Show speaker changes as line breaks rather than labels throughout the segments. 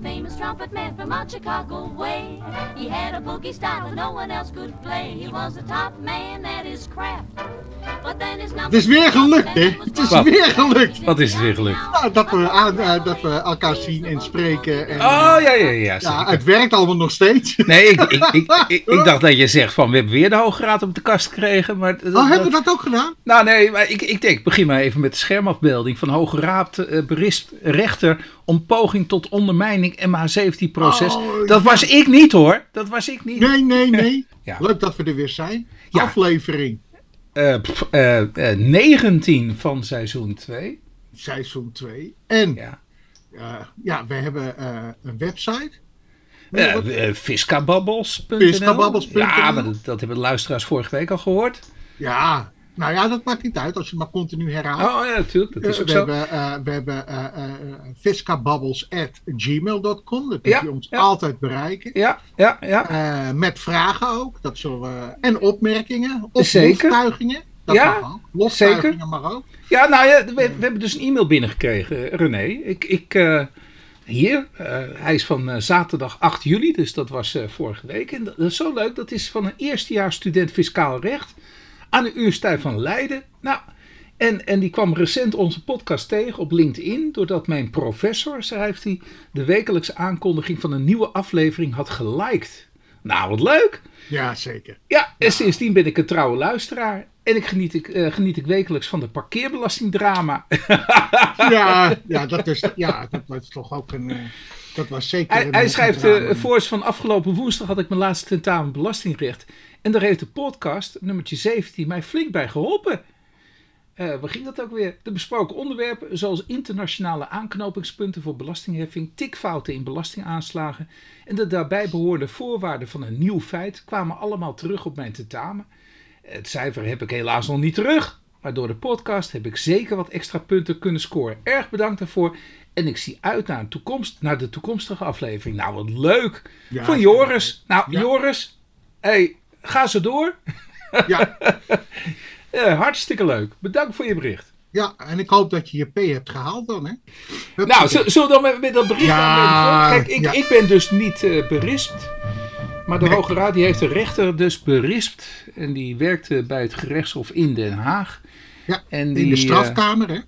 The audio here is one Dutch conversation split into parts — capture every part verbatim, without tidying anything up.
famous trumpet man from out Chicago way. He had a boogie style that no one else could play. He was the top man at his craft. But then his number...
Het is weer gelukt, hè? Het is
Wat?
weer gelukt.
Wat is het weer gelukt?
Nou, dat, we aan, uh, dat we elkaar zien en spreken. En,
Oh, ja, ja, ja.
ja,
Zeker.
het werkt allemaal nog steeds.
Nee, ik, ik, ik, ik, ik dacht dat je zegt van, we hebben weer de Hoge Raad op de kast gekregen. Maar dat,
Oh, hebben we dat ook gedaan?
Nou nee, maar ik, ik denk, begin maar even met de schermafbeelding van Hoge Raad uh, berispt rechter om poging tot ondermijning M H zeventien proces.
Oh,
dat
ja.
was ik niet hoor, dat was ik niet.
Nee, nee, nee.
Ja.
Leuk dat we er weer zijn.
Ja.
Aflevering
Uh, pff, uh, uh, negentien van seizoen twee.
seizoen twee. En
Ja.
uh, ja, we hebben uh, een website.
Uh, uh, Fiscababbels punt n l.
Fiscababbels punt n l.
Ja, maar dat, dat hebben de luisteraars vorige week al gehoord.
Ja, nou ja, dat maakt niet uit als je het maar continu herhaalt.
Oh ja, natuurlijk, dat is
Uh,
ook
we,
zo.
hebben, uh, we hebben uh, uh, fiscababbels at gmail dot com. Dat kun
Ja,
je ons
ja.
altijd bereiken.
Ja, ja, ja.
Uh, met vragen ook. Dat zullen we, en opmerkingen. Of
Zeker.
loftuigingen. Dat
Ja,
mag ook. Loftuigingen
zeker.
mag ook.
Ja, nou ja, we, we hebben dus een e-mail binnengekregen, René. Ik, ik, uh, hier, uh, hij is van uh, zaterdag acht juli, dus dat was uh, vorige week. En dat, dat is zo leuk, dat is van een eerstejaars student fiscaal recht aan de Universiteit van Leiden. Nou, en, en die kwam recent onze podcast tegen op LinkedIn, doordat mijn professor, schrijft hij, de wekelijkse aankondiging van een nieuwe aflevering had geliked. Nou, wat leuk!
Ja, zeker.
Ja, en sindsdien ben ik een trouwe luisteraar. En ik geniet, ik, uh, geniet ik wekelijks van de parkeerbelastingdrama.
Ja, ja, dat, is, ja dat was toch ook een... Uh, dat was zeker
Hij,
een,
hij
een
schrijft,
drama.
uh, voor van afgelopen woensdag had ik mijn laatste tentamen belastingrecht. En daar heeft de podcast, nummertje zeventien, mij flink bij geholpen. Uh, waar ging dat ook weer? De besproken onderwerpen, zoals internationale aanknopingspunten voor belastingheffing, tikfouten in belastingaanslagen en de daarbij behorende voorwaarden van een nieuw feit, kwamen allemaal terug op mijn tentamen. Het cijfer heb ik helaas nog niet terug, maar door de podcast heb ik zeker wat extra punten kunnen scoren. Erg bedankt daarvoor. En ik zie uit naar, een toekomst, naar de toekomstige aflevering. Nou, wat leuk.
Ja,
Van Joris. Nou,
ja.
Joris, hey, ga zo door.
Ja,
Ja, hartstikke leuk. Bedankt voor je bericht.
ja, en ik hoop dat je je P hebt gehaald dan, hè? Hup,
Nou,
hup.
z- zullen we dan met, met dat bericht
Ja,
aan de Kijk, ik,
ja.
ik ben dus niet uh, berispt. Maar de
Nee.
Hoge Raad die heeft de rechter dus berispt. En die werkte bij het gerechtshof in Den Haag.
Ja,
En die,
in de
uh,
strafkamer, hè?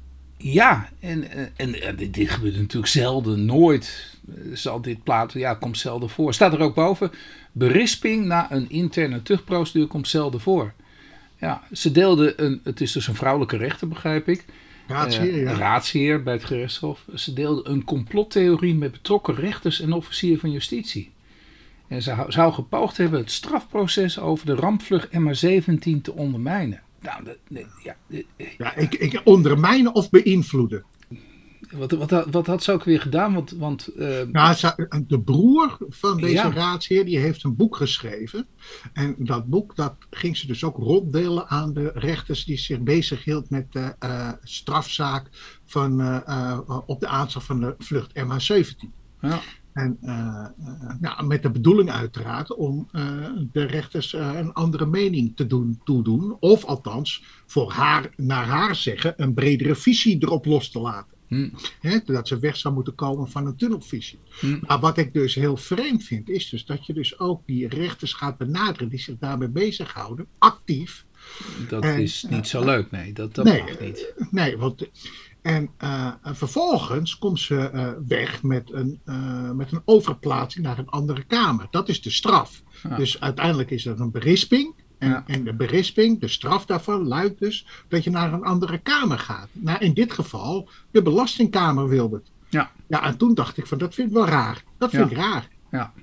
Ja, en, en, en, en dit, dit gebeurt natuurlijk zelden, nooit uh, zal dit plaat, ja, komt zelden voor. Staat er ook boven, berisping na een interne tuchtprocedure komt zelden voor. Ja, ze deelde een, het is dus een vrouwelijke rechter, begrijp ik.
Raadsheer,
Uh,
ja.
Een raadsheer bij het gerechtshof. Ze deelde een complottheorie met betrokken rechters en officier van justitie. En ze hou- zou gepoogd hebben het strafproces over de rampvlucht M H zeventien te ondermijnen. Nou, dat, nee, ja, eh,
Ja, ik, ik ondermijnen of beïnvloeden.
Wat, wat, had- wat had ze ook weer gedaan? Want, want uh,
Nou, ze- de broer van deze
Ja.
raadsheer, die heeft een boek geschreven. En dat boek, dat ging ze dus ook ronddelen aan de rechters die zich bezighield met de uh, strafzaak van, uh, uh, op de aanslag van de vlucht M H zeventien.
ja,
En uh, uh, nou, met de bedoeling uiteraard om uh, de rechters uh, een andere mening te doen, toedoen. Of althans, voor haar, naar haar zeggen, een bredere visie erop los te laten.
hm,
Hè, dat ze weg zou moeten komen van een tunnelvisie.
hm,
Maar wat ik dus heel vreemd vind, is dus dat je dus ook die rechters gaat benaderen die zich daarmee bezighouden, actief.
dat
En,
is niet zo leuk. Nee, dat, dat
nee,
mag niet.
Nee, want... En uh, vervolgens komt ze uh, weg met een, uh, met een overplaatsing naar een andere kamer. Dat is de straf.
Ja.
Dus uiteindelijk is er een berisping. En,
Ja.
en de berisping, de straf daarvan, luidt dus dat je naar een andere kamer gaat. Nou, in dit geval de belastingkamer wilde het.
Ja.
Ja, en toen dacht ik van, dat vind ik wel raar. Dat vind
Ja.
ik raar.
Ja.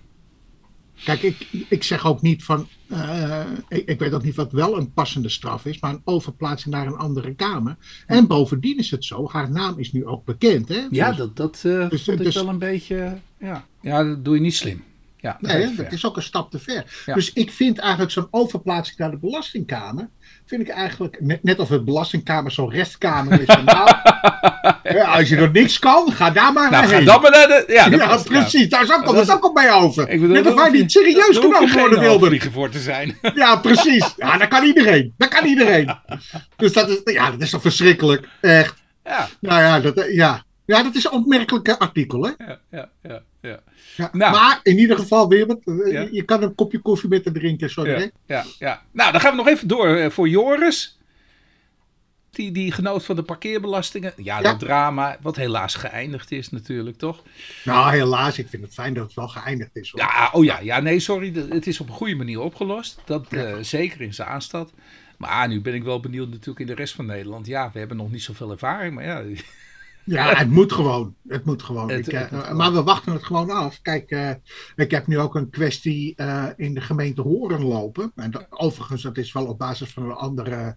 Kijk, ik, ik zeg ook niet van, uh, ik, ik weet ook niet wat wel een passende straf is, maar een overplaatsing naar een andere kamer. En bovendien is het zo, haar naam is nu ook bekend. Hè?
Ja,
Dus-
dat, dat uh,
dus-
vond ik
dus-
wel een beetje... Ja, ja dat doe je niet slim. Ja, dat
Nee,
gaat ver.
het is ook een stap te ver.
Ja.
Dus ik vind eigenlijk zo'n overplaatsing naar de belastingkamer, vind ik eigenlijk, net, net of het belastingkamer zo'n restkamer is. Van, nou, ja, als je er niks kan, ga daar maar
Nou, ga
heen.
dan maar naar de... Ja, dat
Ja,
past,
precies. Daar komt
Dat
het
is-
ook op mij over.
Ik bedoel,
Net of
daar
hij
hoef
niet
je-
serieus
daar hoef je
genomen worden
geen
wilde.
hoofdvlieger voor te zijn.
Ja, precies. Ja, dat kan iedereen. Dat kan iedereen. Dus dat is, ja, dat is toch verschrikkelijk. Echt.
Ja,
Nou ja, dat, ja. Ja, dat is een opmerkelijk artikel, hè?
Ja, ja, ja. ja.
Ja,
Nou.
Maar in ieder geval, Wilbert,
Ja.
je, je kan een kopje koffie met hem drinken, zo
Ja,
direct.
ja, ja. Nou, dan gaan we nog even door uh, voor Joris. Die, die genoot van de parkeerbelastingen. Ja,
Ja.
dat drama, wat helaas geëindigd is natuurlijk, toch?
Nou, helaas, ik vind het fijn dat het wel geëindigd is. Hoor.
Ja, oh ja, ja, nee, sorry. de- Het is op een goede manier opgelost. Dat
Ja.
uh, zeker in Zaanstad. Maar nu ben ik wel benieuwd natuurlijk in de rest van Nederland. Ja, we hebben nog niet zoveel ervaring, maar ja.
Ja, het moet gewoon. Het moet gewoon.
Het-
Ik, eh,
het moet gewoon.
Maar we wachten het gewoon af. Kijk, uh, ik heb nu ook een kwestie uh, in de gemeente Horen lopen. En dat, overigens, dat is wel op basis van een andere,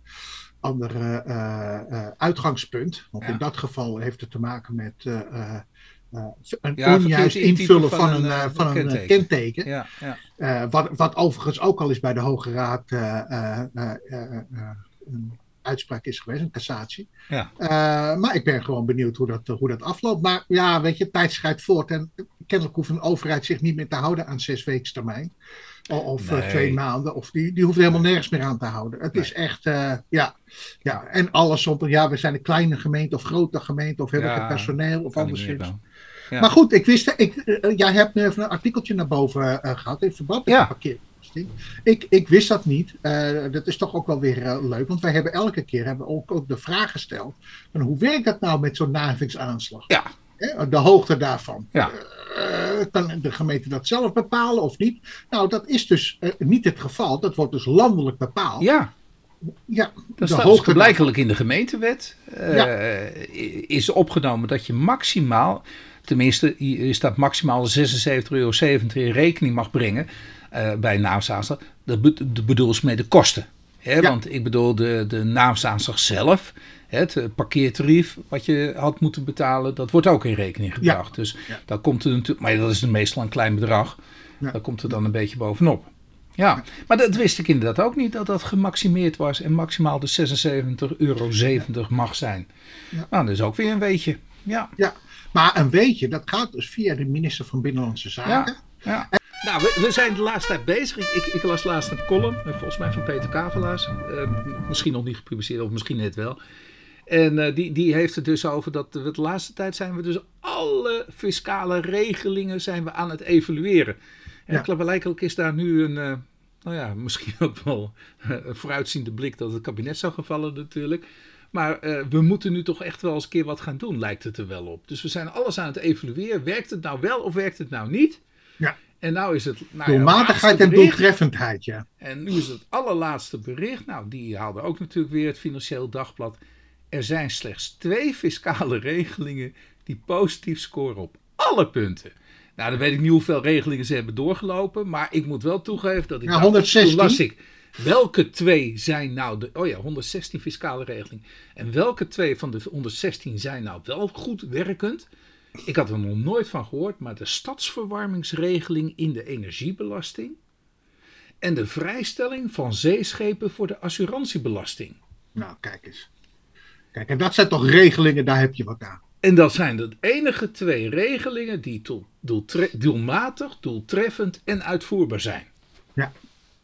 andere uh, uh, uitgangspunt. Want
Ja.
in dat geval heeft het te maken met uh, uh, een
Ja,
onjuist
verkeerd intypen
invullen
van
van
een,
een,
uh,
uh, van een
kenteken.
kenteken.
Ja, ja.
Uh, wat, wat overigens ook al eens bij de Hoge Raad uh, uh, uh, uh, uh, een uitspraak is geweest, een cassatie.
Ja.
Uh, maar ik ben gewoon benieuwd hoe dat, hoe dat afloopt. Maar ja, weet je, tijd schrijdt voort. En kennelijk hoeft een overheid zich niet meer te houden aan zes weken termijn. Of
Nee.
uh, twee maanden. Of die, die hoeft er helemaal nergens meer aan te houden. Het
Nee.
is echt, uh, ja, ja. En alles zonder, ja, we zijn een kleine gemeente of grote gemeente. Of hebben we
Ja,
geen personeel of
Kan niet meer
anderszins.
dan. Ja.
Maar goed, ik wist, ik, uh, jij hebt nu even een artikeltje naar boven uh, gehad in verband met
Ja.
de parkeerbelasting. Ik, ik wist dat niet. Uh, dat is toch ook wel weer uh, leuk, want wij hebben elke keer hebben ook, ook de vraag gesteld: van hoe werkt dat nou met zo'n naheffingsaanslag?
Ja.
Hè, de hoogte daarvan.
Ja.
Uh, kan de gemeente dat zelf bepalen of niet? Nou, dat is dus uh, niet het geval. Dat wordt dus landelijk bepaald.
Ja,
Ja,
dat
de
staat
hoogte
dus blijkelijk in de gemeentewet. Uh,
Ja.
Is opgenomen dat je maximaal, tenminste je staat maximaal zesenzeventig euro zeventig in rekening mag brengen uh, bij een naamsaanslag. Dat be- de bedoel is met de kosten. Hè?
Ja.
Want ik bedoel de, de naamsaanslag zelf, het parkeertarief wat je had moeten betalen, dat wordt ook in rekening gebracht. Dus
Ja.
daar komt er natuurlijk, maar dat is meestal een klein bedrag.
Ja.
Daar komt er dan een beetje bovenop. Ja, maar dat wist ik inderdaad ook niet, dat dat gemaximeerd was en maximaal de zesenzeventig euro zeventig mag zijn.
Ja.
Nou, dat is ook weer een weetje. Ja,
Ja, maar een weetje, dat gaat dus via de minister van Binnenlandse Zaken.
ja. Nou, we, we zijn de laatste tijd bezig. Ik, ik, ik las laatst een column, eh, volgens mij van Peter Kavelaars. Uh, misschien nog niet gepubliceerd, of misschien net wel. En uh, die, die heeft het dus over dat we de laatste tijd zijn we dus alle fiscale regelingen zijn we aan het evalueren. En
Ja.
klaarblijkelijk is daar nu een, uh, nou ja, misschien ook wel een vooruitziende blik dat het kabinet zou gevallen natuurlijk. Maar uh, we moeten nu toch echt wel eens een keer wat gaan doen, lijkt het er wel op. Dus we zijn alles aan het evalueren. Werkt het nou wel of werkt het nou niet?
Ja.
En nou is het... Nou ja,
Doelmatigheid
laatste
en
bericht.
doeltreffendheid, ja.
En nu is het allerlaatste bericht. Nou, die haalde ook natuurlijk weer het Financieel Dagblad. Er zijn slechts twee fiscale regelingen die positief scoren op alle punten. Nou, dan weet ik niet hoeveel regelingen ze hebben doorgelopen. Maar ik moet wel toegeven dat ik
Ja,
dacht,
honderdzestien.
toen las ik, welke twee zijn nou de... Oh ja, honderdzestien fiscale regelingen. En welke twee van de honderdzestien zijn nou wel goed werkend? Ik had er nog nooit van gehoord, maar de stadsverwarmingsregeling in de energiebelasting en de vrijstelling van zeeschepen voor de assurantiebelasting.
Nou, kijk eens. Kijk, en dat zijn toch regelingen, daar heb je wat aan.
En dat zijn de enige twee regelingen die doel, doeltre, doelmatig, doeltreffend en uitvoerbaar zijn.
Ja.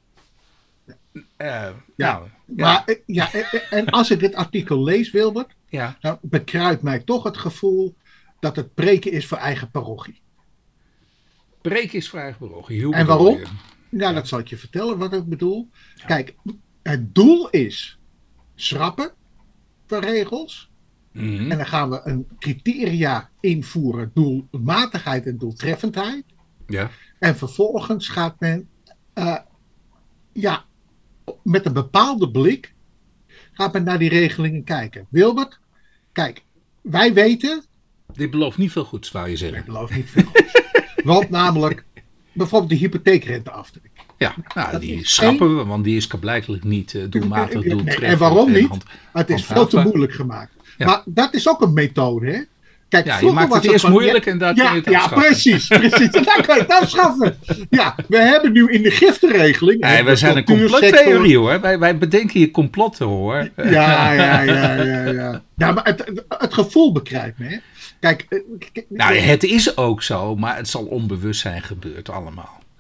Uh,
Ja.
Nou, ja,
Maar, eh, ja, eh, eh, en als ik dit artikel lees, Wilbert,
ja.
dan bekruipt mij toch het gevoel dat het preken is voor eigen parochie.
Breken is vrijgebracht. Hoe
En
bedoel
waarom?
je?
Nou, dat zal ik je vertellen wat ik bedoel. Kijk, het doel is schrappen van regels.
Mhm.
En dan gaan we een criteria invoeren, doelmatigheid en doeltreffendheid.
Ja.
En vervolgens gaat men, uh, ja, met een bepaalde blik, gaat men naar die regelingen kijken. Wilbert, kijk, wij weten,
Dit belooft niet veel goeds, zou je zeggen.
ik geloof niet veel goeds, want namelijk bijvoorbeeld de hypotheekrenteaftrek.
Ja, nou,
Dat
die
is
schrappen we, want die is blijkelijk niet uh, doelmatig,
Nee,
doeltreffend.
en waarom niet?
hand-
Het is veel te
handhaafbaar.
moeilijk gemaakt.
Ja.
Maar dat is ook een methode, hè? Kijk,
Ja, je
vroeger
maakt
was
het eerst
van-
moeilijk
ja,
en daar
ja,
kun je het
ja,
afschaffen.
precies, precies. En dan kan je het afschaffen. Ja, we hebben nu in de giftenregeling...
Nee, wij zijn een complottheorie hoor. Wij, wij bedenken hier complotten hoor.
Ja, ja, ja, ja, ja. Nou, maar het, het, het gevoel begrijpt me, hè? Kijk... eh, k-
Nou, het is ook zo, maar het zal onbewust zijn gebeurd allemaal.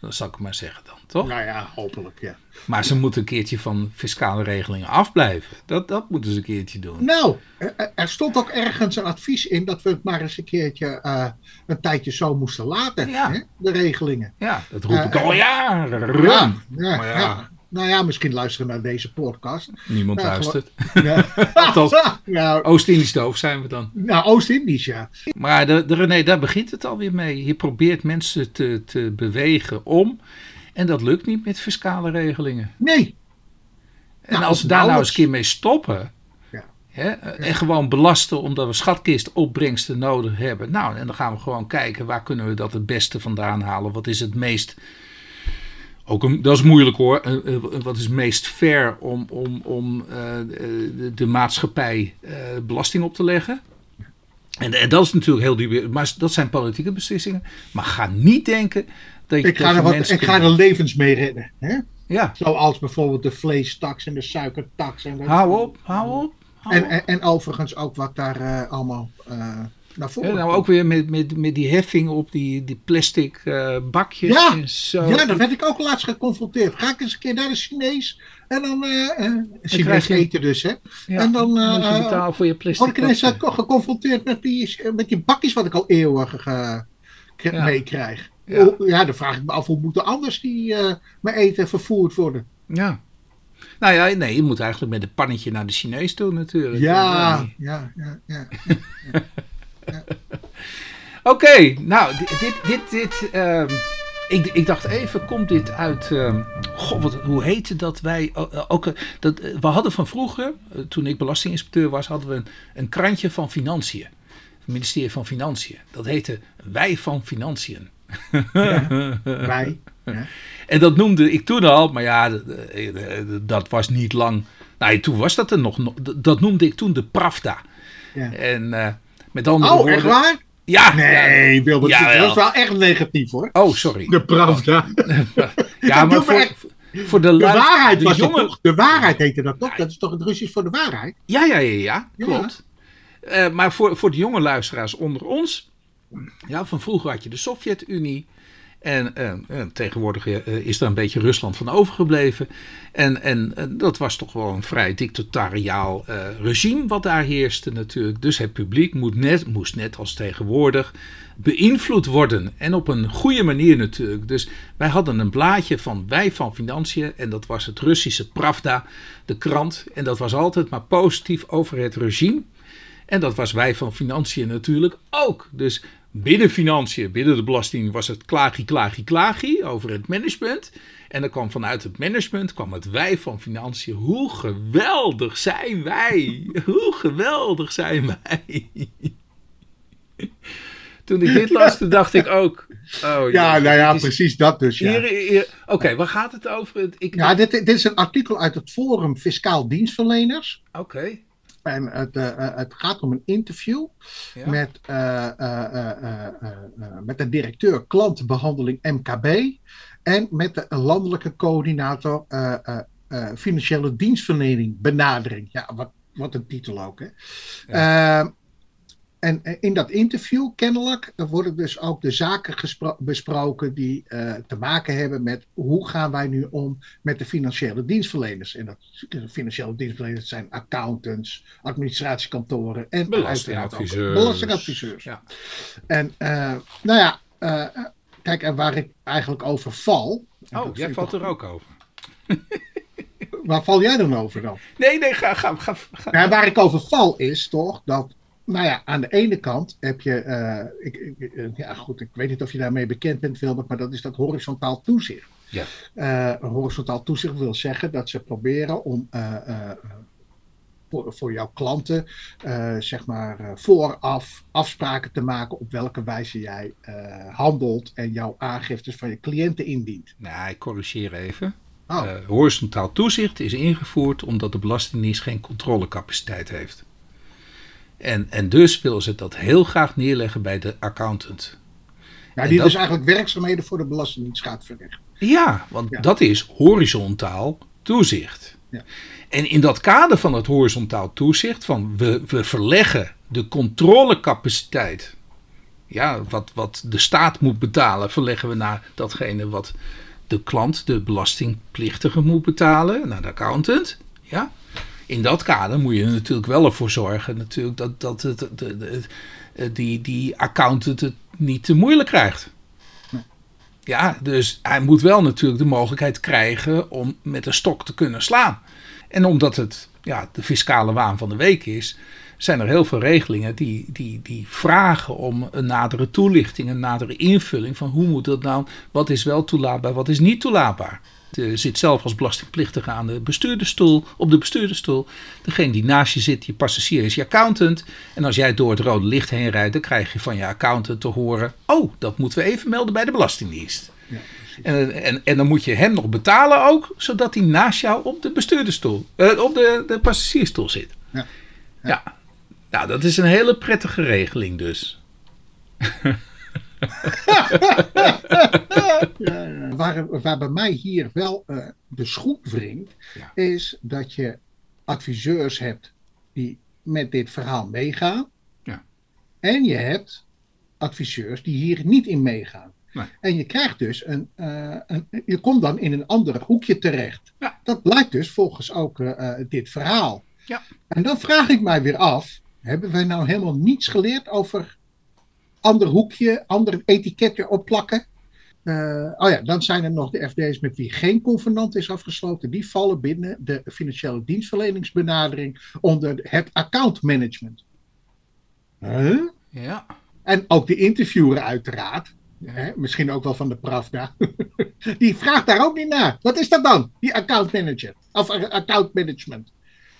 Dat zal ik maar zeggen dan, toch?
Nou ja, hopelijk, ja.
Maar ze moeten een keertje van fiscale regelingen afblijven. Dat, dat moeten ze een keertje doen.
Nou, er stond ook ergens een advies in dat we het maar eens een keertje uh, een tijdje zo moesten laten,
Ja.
hè? De regelingen.
Ja, dat roep ik
Uh,
al jaren.
Ja, ja,
Maar ja.
ja. Nou ja, misschien luisteren naar deze podcast.
Niemand
Nou,
luistert.
Ja.
Althans,
nou,
Oost-Indisch doof zijn we dan.
nou, Oost-Indisch, ja.
Maar de, de René, daar begint het alweer mee. Je probeert mensen te, te bewegen om. En dat lukt niet met fiscale regelingen.
Nee.
En
Nou,
als we daar nou eens
nauwelijks.
een keer mee stoppen.
Ja.
Hè, en gewoon belasten omdat we schatkistopbrengsten nodig hebben. Nou, en dan gaan we gewoon kijken waar kunnen we dat het beste vandaan halen. Wat is het meest... Ook een, dat is moeilijk hoor. Uh, uh, wat is het meest fair om, om, om uh, de, de maatschappij uh, belasting op te leggen? En, en dat is natuurlijk heel duur. Maar dat zijn politieke beslissingen. Maar ga niet denken dat je
Ik ga er, wat,
mensen
ik ga er levens mee redden. Hè?
Ja,
Zoals bijvoorbeeld de vleestaks en de suikertaks. En, wat-
hou op, hou op. Hou
en,
op.
en, en overigens ook wat daar uh, allemaal uh, naar voren
Ja, nou
komt.
ook weer met, met, met die heffing op die, die plastic uh, bakjes
Ja,
en zo.
Ja, daar werd ik ook laatst geconfronteerd. Ga ik eens een keer naar de Chinees en dan uh, uh, Chinees
krijg je-
eten dus, hè?
Ja,
en dan, uh,
moet je betalen voor je plastic
word ik ineens uh,
bakje.
geconfronteerd met die, met die bakjes wat ik al eeuwig uh, k-
Ja.
meekrijg.
Ja.
Hoe- Ja, dan vraag ik me af hoe moeten anders die uh, mijn eten vervoerd worden.
Ja. Nou ja, nee, je moet eigenlijk met een pannetje naar de Chinees toe natuurlijk.
Ja, ja, ja, ja.
Oké, nou, dit, dit, dit, dit ehm, ik, ik dacht even, komt dit uit, ehm, goh, wat, hoe heette dat wij, uh, uh, ook, uh, dat, uh, we hadden van vroeger, uh, toen ik belastinginspecteur was, hadden we een, een krantje van Financiën. Het ministerie van Financiën. Dat heette Wij van Financiën.
Ja, wij. Ja.
En dat noemde ik toen al, maar ja, d- d- dat was niet lang. Nou, toen was dat er nog. nog- d- Dat noemde ik toen de Pravda.
Ja.
En uh, met andere
Oh,
woorden.
echt waar?
Ja.
Nee, Wilbert,
Jawel.
dat is wel echt negatief hoor.
Ja. Oh, sorry.
De Pravda.
Ja, maar
doe
voor,
maar echt-
voor de,
De
luid-
waarheid
de
was
jongen.
dat toch? De waarheid heette dat toch? Dat is toch het Russisch voor de waarheid?
Ja, ja, ja, ja,
Ja.
klopt. Uh, maar voor, voor de jonge luisteraars onder ons. Ja, van vroeger had je de Sovjet-Unie. En uh, uh, tegenwoordig uh, is er een beetje Rusland van overgebleven. En, en uh, dat was toch wel een vrij dictatoriaal uh, regime wat daar heerste natuurlijk. Dus het publiek moet net, moest net als tegenwoordig beïnvloed worden. En op een goede manier natuurlijk. Dus wij hadden een blaadje van Wij van Financiën. En dat was het Russische Pravda, de krant. En dat was altijd maar positief over het regime. En dat was Wij van Financiën natuurlijk ook. Dus binnen financiën, binnen de belasting was het klagie, klagie, klagie over het management. En dan kwam vanuit het management kwam het Wij van Financiën. Hoe geweldig zijn wij? Hoe geweldig zijn wij? Toen ik dit las, toen dacht ik ook. Oh,
Ja, nou ja,
het is-
precies dat dus. Ja,
Hier, hier, Oké, waar gaat het over? Ik,
ja dit, dit is een artikel uit het Forum Fiscaal Dienstverleners.
Oké.
En het, uh, uh, het gaat om een interview
Ja.
met, uh, uh, uh, uh, uh, uh, met de directeur klantenbehandeling M K B en met de landelijke coördinator uh, uh, uh, financiële dienstverlening benadering. Ja, wat, wat een titel ook. Hè? Uh, en uh, in dat interview kennelijk er worden dus ook de zaken gespro- besproken die uh, te maken hebben met hoe gaan wij nu om met de financiële dienstverleners. En dat de financiële dienstverleners zijn accountants, administratiekantoren en
Belastingadviseurs.
uiteraard ook belastingadviseurs.
Ja.
En uh, nou ja, uh, kijk, en waar ik eigenlijk over val. en
Oh,
dat
jij
vind ik
valt
toch-
er ook over.
Waar val jij dan over dan?
Nee, nee, ga, ga, ga. ga.
Nou, waar ik over val is toch dat, nou ja, aan de ene kant heb je, uh, ik, ik, ja goed, ik weet niet of je daarmee bekend bent, Wilbert, maar dat is dat horizontaal toezicht.
Ja.
Uh, horizontaal toezicht wil zeggen dat ze proberen om uh, uh, voor, voor jouw klanten, uh, zeg maar, uh, vooraf afspraken te maken op welke wijze jij uh, handelt en jouw aangiftes van je cliënten indient.
Nou, ik corrigeer even.
Oh.
Uh, horizontaal toezicht is ingevoerd omdat de Belastingdienst geen controlecapaciteit heeft. En, en dus willen ze dat heel graag neerleggen bij de accountant.
Nou, die
dat-
dus eigenlijk werkzaamheden voor de Belastingdienst gaat verrichten.
Ja, want
Ja.
dat is horizontaal toezicht.
Ja.
En in dat kader van het horizontaal toezicht, van we, we verleggen de controlecapaciteit Ja, wat, wat de staat moet betalen, verleggen we naar datgene wat de klant, de belastingplichtige, moet betalen, naar de accountant. Ja. In dat kader moet je er natuurlijk wel ervoor zorgen natuurlijk, dat, dat het, de, de, de, die, die accountant het niet te moeilijk krijgt.
Nee.
Ja, dus hij moet wel natuurlijk de mogelijkheid krijgen om met een stok te kunnen slaan. En omdat het ja, de fiscale waan van de week is, zijn er heel veel regelingen die, die, die vragen om een nadere toelichting, een nadere invulling van hoe moet dat nou, wat is wel toelaatbaar, wat is niet toelaatbaar. Je zit zelf als belastingplichtige aan de bestuurdersstoel, op de bestuurdersstoel. Degene die naast je zit, je passagier, is je accountant. En als jij door het rode licht heen rijdt, dan krijg je van je accountant te horen, oh, dat moeten we even melden bij de Belastingdienst. Ja, en, en, en dan moet je hem nog betalen ook, zodat hij naast jou op de bestuurdersstoel, uh, op de, de passagiersstoel zit. Ja. Ja. Ja. Nou, dat is een hele prettige regeling dus.
ja, ja. Waar, waar bij mij hier wel uh, de schoen wringt, ja. is dat je adviseurs hebt die met dit verhaal meegaan. Ja. En je hebt adviseurs die hier niet in meegaan. Nee. En je krijgt dus een, uh, een, je komt dan in een ander hoekje terecht. Ja. Dat blijkt dus volgens ook uh, dit verhaal. Ja. En dan vraag ik mij weer af, hebben wij nou helemaal niets geleerd over ander hoekje, ander etiketje opplakken? Uh, oh ja, dan zijn er nog de F D's met wie geen convenant is afgesloten. Die vallen binnen de financiële dienstverleningsbenadering onder het accountmanagement. Huh? Ja. En ook de interviewer uiteraard, ja. hè, misschien ook wel van de Pravda, die vraagt daar ook niet naar. Wat is dat dan, die accountmanager? Of accountmanagement?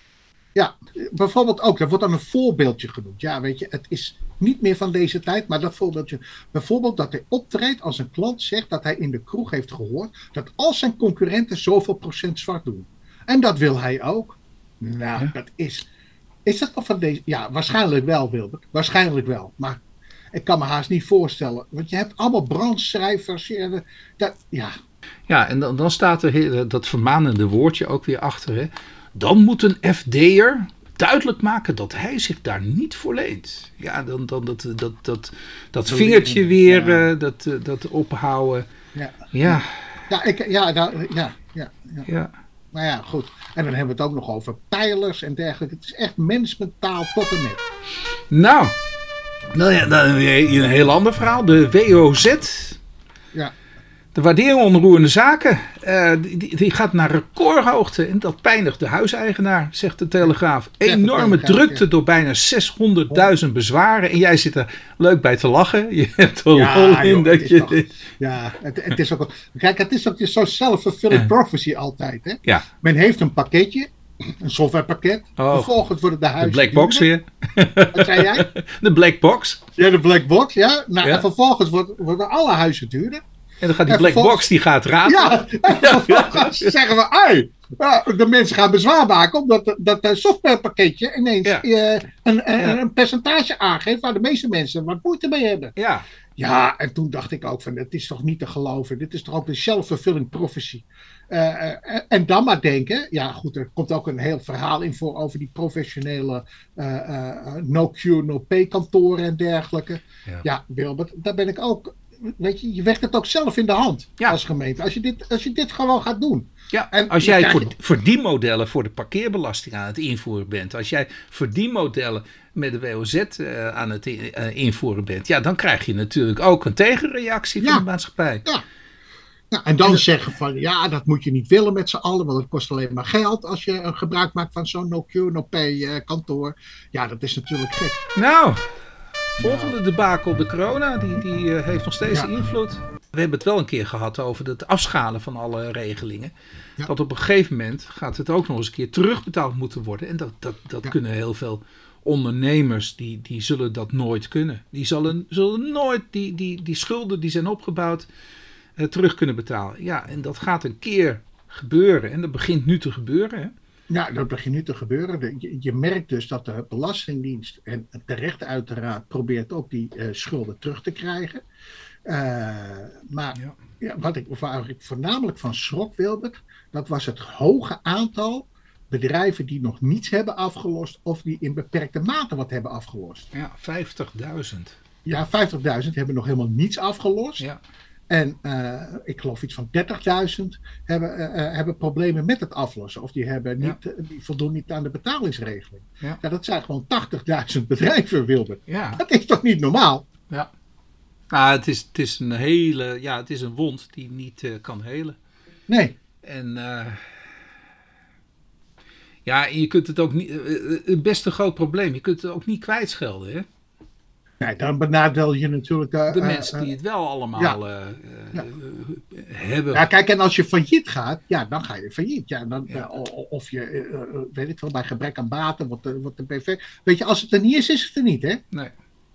Ja, bijvoorbeeld ook, er wordt dan een voorbeeldje genoemd. Ja, weet je, het is niet meer van deze tijd, maar dat voorbeeldje. Bijvoorbeeld dat hij optreedt als een klant zegt dat hij in de kroeg heeft gehoord dat al zijn concurrenten zoveel procent zwart doen. En dat wil hij ook. Nou, ja. dat is... Is dat nog van deze... Ja, waarschijnlijk wel, Wilbert. Waarschijnlijk wel. Maar ik kan me haast niet voorstellen. Want je hebt allemaal brandschrijvers. Dat, ja.
Ja, en dan, dan staat er dat vermanende woordje ook weer achter, hè. Dan moet een F D'er duidelijk maken dat hij zich daar niet voor leent. Ja, dan, dan dat, dat, dat, dat vingertje weer, ja. uh, dat, uh, dat ophouden. Ja,
ja. ja, ik, ja, da, ja, ja, ja. ja. Maar ja, goed. En dan hebben we het ook nog over pijlers en dergelijke. Het is echt mensmentaal tot en met.
Nou, nou ja, dan een heel ander verhaal. De W O Z. Ja. De waardering onroerende zaken, uh, die, die gaat naar recordhoogte en dat pijnigt de huiseigenaar, zegt de Telegraaf. Enorme ja, drukte ja. door bijna zeshonderdduizend bezwaren en jij zit er leuk bij te lachen. Je hebt er ja, lol in joh, dat je... Toch,
ja, het, het is ook... Kijk, het is ook zo'n self-fulfilling prophecy altijd. Hè? Ja. Men heeft een pakketje, een softwarepakket, oh, vervolgens worden de huizen...
De black box weer.
Wat zei jij?
De black box.
Ja, de black box, ja. Nou, ja. En vervolgens worden, worden alle huizen duurder.
En dan gaat die black box die gaat raten.
Ja, en vervolgens ja. zeggen we, ai, de mensen gaan bezwaar maken omdat dat softwarepakketje ineens ja. uh, een, een, ja. een percentage aangeeft waar de meeste mensen wat moeite mee hebben. Ja. Ja, en toen dacht ik ook van, het is toch niet te geloven. Dit is toch ook een self-fulfilling prophecy. Uh, uh, en dan maar denken, ja goed, er komt ook een heel verhaal in voor over die professionele uh, uh, no-cure, no-pay kantoren en dergelijke. Ja, ja Wilbert, daar ben ik ook... Weet je, je werkt het ook zelf in de hand ja. als gemeente. Als je, dit, als je dit gewoon gaat doen.
Ja, en als jij voor, je... voor die modellen voor de parkeerbelasting aan het invoeren bent. Als jij voor die modellen met de W O Z uh, aan het in, uh, invoeren bent. Ja, dan krijg je natuurlijk ook een tegenreactie van ja. de maatschappij.
Ja. Nou, en dan en dat... zeggen van ja, dat moet je niet willen met z'n allen. Want het kost alleen maar geld als je uh, gebruik maakt van zo'n no-cure, no-pay uh, kantoor. Ja, dat is natuurlijk gek.
Nou... Volgende debakel, de corona, die, die uh, heeft nog steeds ja. invloed. We hebben het wel een keer gehad over het afschalen van alle regelingen. Ja. Dat op een gegeven moment gaat het ook nog eens een keer terugbetaald moeten worden. En dat, dat, dat ja. kunnen heel veel ondernemers, die, die zullen dat nooit kunnen. Die zullen, zullen nooit die, die, die schulden die zijn opgebouwd uh, terug kunnen betalen. Ja, en dat gaat een keer gebeuren. En dat begint nu te gebeuren, hè.
Ja, dat begint nu te gebeuren. Je, je merkt dus dat de Belastingdienst, en terecht uiteraard, probeert ook die uh, schulden terug te krijgen. Uh, maar ja. Ja, wat ik, waar ik voornamelijk van schrok, Wilbert, dat was het hoge aantal bedrijven die nog niets hebben afgelost of die in beperkte mate wat hebben afgelost.
Ja, vijftigduizend.
Ja, vijftigduizend hebben nog helemaal niets afgelost.
Ja.
En uh, ik geloof iets van dertigduizend hebben, uh, uh, hebben problemen met het aflossen. Of die, hebben niet, ja. uh, die voldoen niet aan de betalingsregeling. Ja. Ja, dat zijn gewoon tachtigduizend bedrijven, Wilbert. Ja. Dat is toch niet normaal?
Ja. Nou, het is, het is een hele, ja, het is een wond die niet uh, kan helen.
Nee.
En uh, ja, je kunt het ook niet, uh, het best een groot probleem. Je kunt het ook niet kwijtschelden, hè?
Nee, dan benadeel je natuurlijk
de, de uh, mensen die het wel allemaal ja. uh, ja. Uh, hebben.
Ja, kijk, en als je failliet gaat, ja, dan ga je failliet. Ja, dan, ja. Uh, of je, uh, weet ik wel, bij gebrek aan baten, wordt de, wordt de B V. Weet je, als het er niet is, is het er niet, hè?
Nee.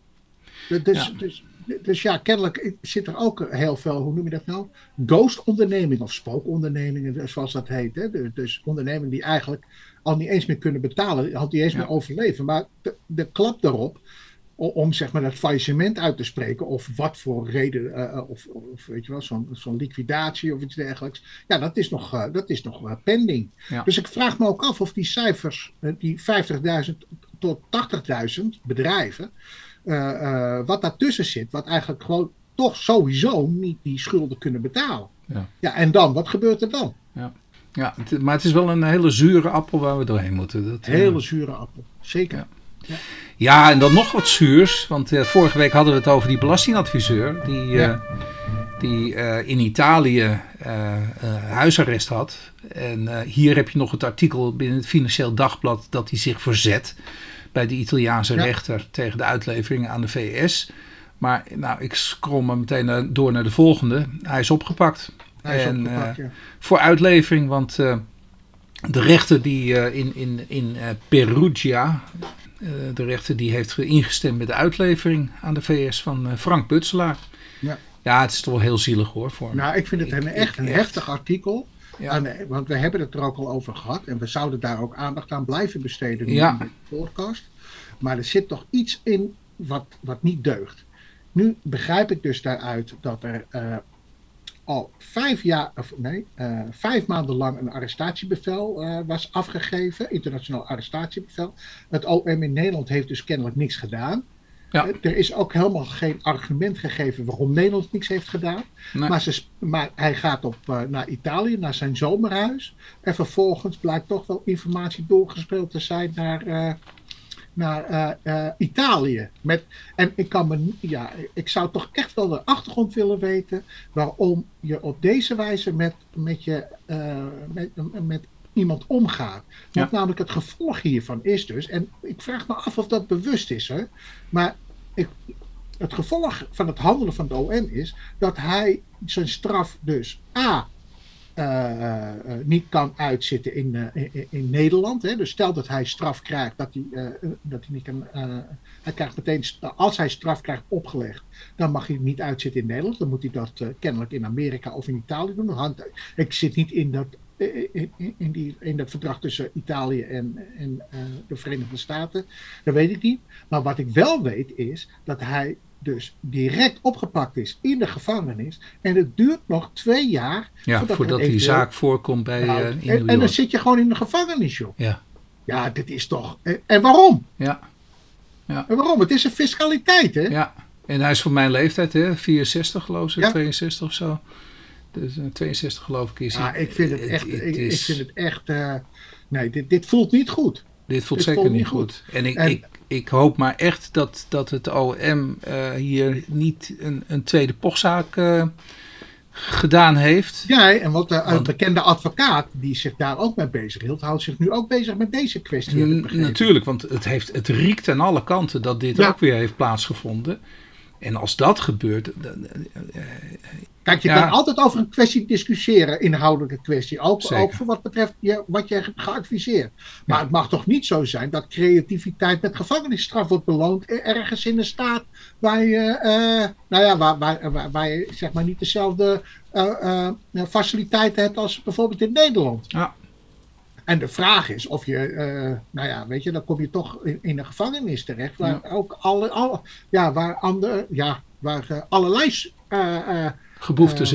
Dus ja, dus, dus ja kennelijk zit er ook heel veel, hoe noem je dat nou? Ghost-ondernemingen of spookondernemingen, zoals dat heet. Hè? Dus ondernemingen die eigenlijk al niet eens meer kunnen betalen, al niet eens ja. meer overleven. Maar de, de klap daarop, om zeg maar dat faillissement uit te spreken, of wat voor reden, uh, of, of weet je wel, zo'n, zo'n liquidatie of iets dergelijks. Ja, dat is nog, uh, dat is nog uh, pending. Ja. Dus ik vraag me ook af of die cijfers, uh, die vijftigduizend tot tachtigduizend bedrijven, uh, uh, wat daartussen zit, wat eigenlijk gewoon toch sowieso niet die schulden kunnen betalen. Ja, ja en dan, wat gebeurt er dan?
Ja. Ja, het, maar het is wel een hele zure appel waar we doorheen moeten. Dat,
hele zure appel, zeker.
Ja. Ja. Ja, en dan nog wat zuurs, want uh, vorige week hadden we het over die belastingadviseur die, uh, ja. die uh, in Italië uh, uh, huisarrest had. En uh, hier heb je nog het artikel binnen het Financieel Dagblad dat hij zich verzet bij de Italiaanse ja. rechter tegen de uitlevering aan de V S. Maar nou, ik scroll maar meteen naar, door naar de volgende. Hij is opgepakt.
Hij is
en,
opgepakt,
uh,
ja.
Voor uitlevering, want uh, de rechter die uh, in, in, in uh, Perugia... Uh, de rechter die heeft ingestemd met de uitlevering aan de V S van uh, Frank Butselaar. Ja. Ja, het is toch wel heel zielig hoor. Voor hem.
Nou, ik vind het een,
ik,
echt
ik,
een
echt.
heftig artikel.
Ja.
En, want we hebben het er ook al over gehad. En we zouden daar ook aandacht aan blijven besteden
ja.
in de podcast. Maar er zit toch iets in wat, wat niet deugt. Nu begrijp ik dus daaruit dat er uh, al vijf jaar, of nee, uh, vijf maanden lang een arrestatiebevel uh, was afgegeven, internationaal arrestatiebevel. Het O M in Nederland heeft dus kennelijk niks gedaan. Ja. Uh, er is ook helemaal geen argument gegeven waarom Nederland niks heeft gedaan. Nee. Maar, ze, maar hij gaat op uh, naar Italië, naar zijn zomerhuis. En vervolgens blijkt toch wel informatie doorgespeeld te zijn naar... Uh, naar uh, uh, Italië. Met, en ik kan me, ja, ik zou toch echt wel de achtergrond willen weten waarom je op deze wijze met, met, je, uh, met, met iemand omgaat. Want ja. namelijk het gevolg hiervan is dus, en ik vraag me af of dat bewust is, hè, maar ik, het gevolg van het handelen van het O M is dat hij zijn straf dus A, Uh, uh, niet kan uitzitten in, uh, in, in Nederland. Hè. Dus stel dat hij straf krijgt, dat hij, uh, dat hij niet kan. Uh, hij krijgt meteen, als hij straf krijgt opgelegd, dan mag hij niet uitzitten in Nederland. Dan moet hij dat uh, kennelijk in Amerika of in Italië doen. Want ik zit niet in dat, in, in, die, in dat verdrag tussen Italië en, en uh, de Verenigde Staten. Dat weet ik niet. Maar wat ik wel weet is dat hij dus direct opgepakt is in de gevangenis. En het duurt nog twee jaar.
Ja, voordat, voordat die zaak voorkomt bij nou, uh, in New York.
En dan zit je gewoon in de gevangenis, joh.
Ja.
Ja, dit is toch... En, en waarom?
Ja. ja.
En waarom? Het is een fiscaliteit, hè?
Ja. En hij is voor mijn leeftijd, hè? vierenzestig geloof ik, ja. tweeënzestig of zo. Dus uh, tweeënzestig geloof ik is hij.
Ja, ik vind het echt... Het, het ik, is... ik vind het echt... Uh, nee, dit, dit voelt niet goed.
Dit voelt dit zeker voelt niet goed. goed. En ik... En, ik Ik hoop maar echt dat, dat het O M uh, hier niet een, een tweede pochtzaak uh, gedaan heeft.
Ja, en wat uh, een bekende advocaat die zich daar ook mee bezig hield, houdt zich nu ook bezig met deze kwestie.
N- natuurlijk, want het, heeft, het riekt aan alle kanten dat dit ja. ook weer heeft plaatsgevonden. En als dat gebeurt... Uh, uh,
Kijk, je ja. kan altijd over een kwestie discussiëren, inhoudelijke kwestie. Ook, ook voor wat betreft je, wat je hebt geadviseerd. Maar ja. het mag toch niet zo zijn dat creativiteit met gevangenisstraf wordt beloond ergens in een staat waar je, uh, nou ja, waar, waar, waar, waar je zeg maar niet dezelfde uh, uh, faciliteiten hebt als bijvoorbeeld in Nederland. Ja. En de vraag is of je, uh, nou ja, weet je, dan kom je toch in, in een gevangenis terecht waar ja. ook alle, alle, ja, waar andere, ja, waar uh, allerlei uh, uh,
geboefte uh, zit.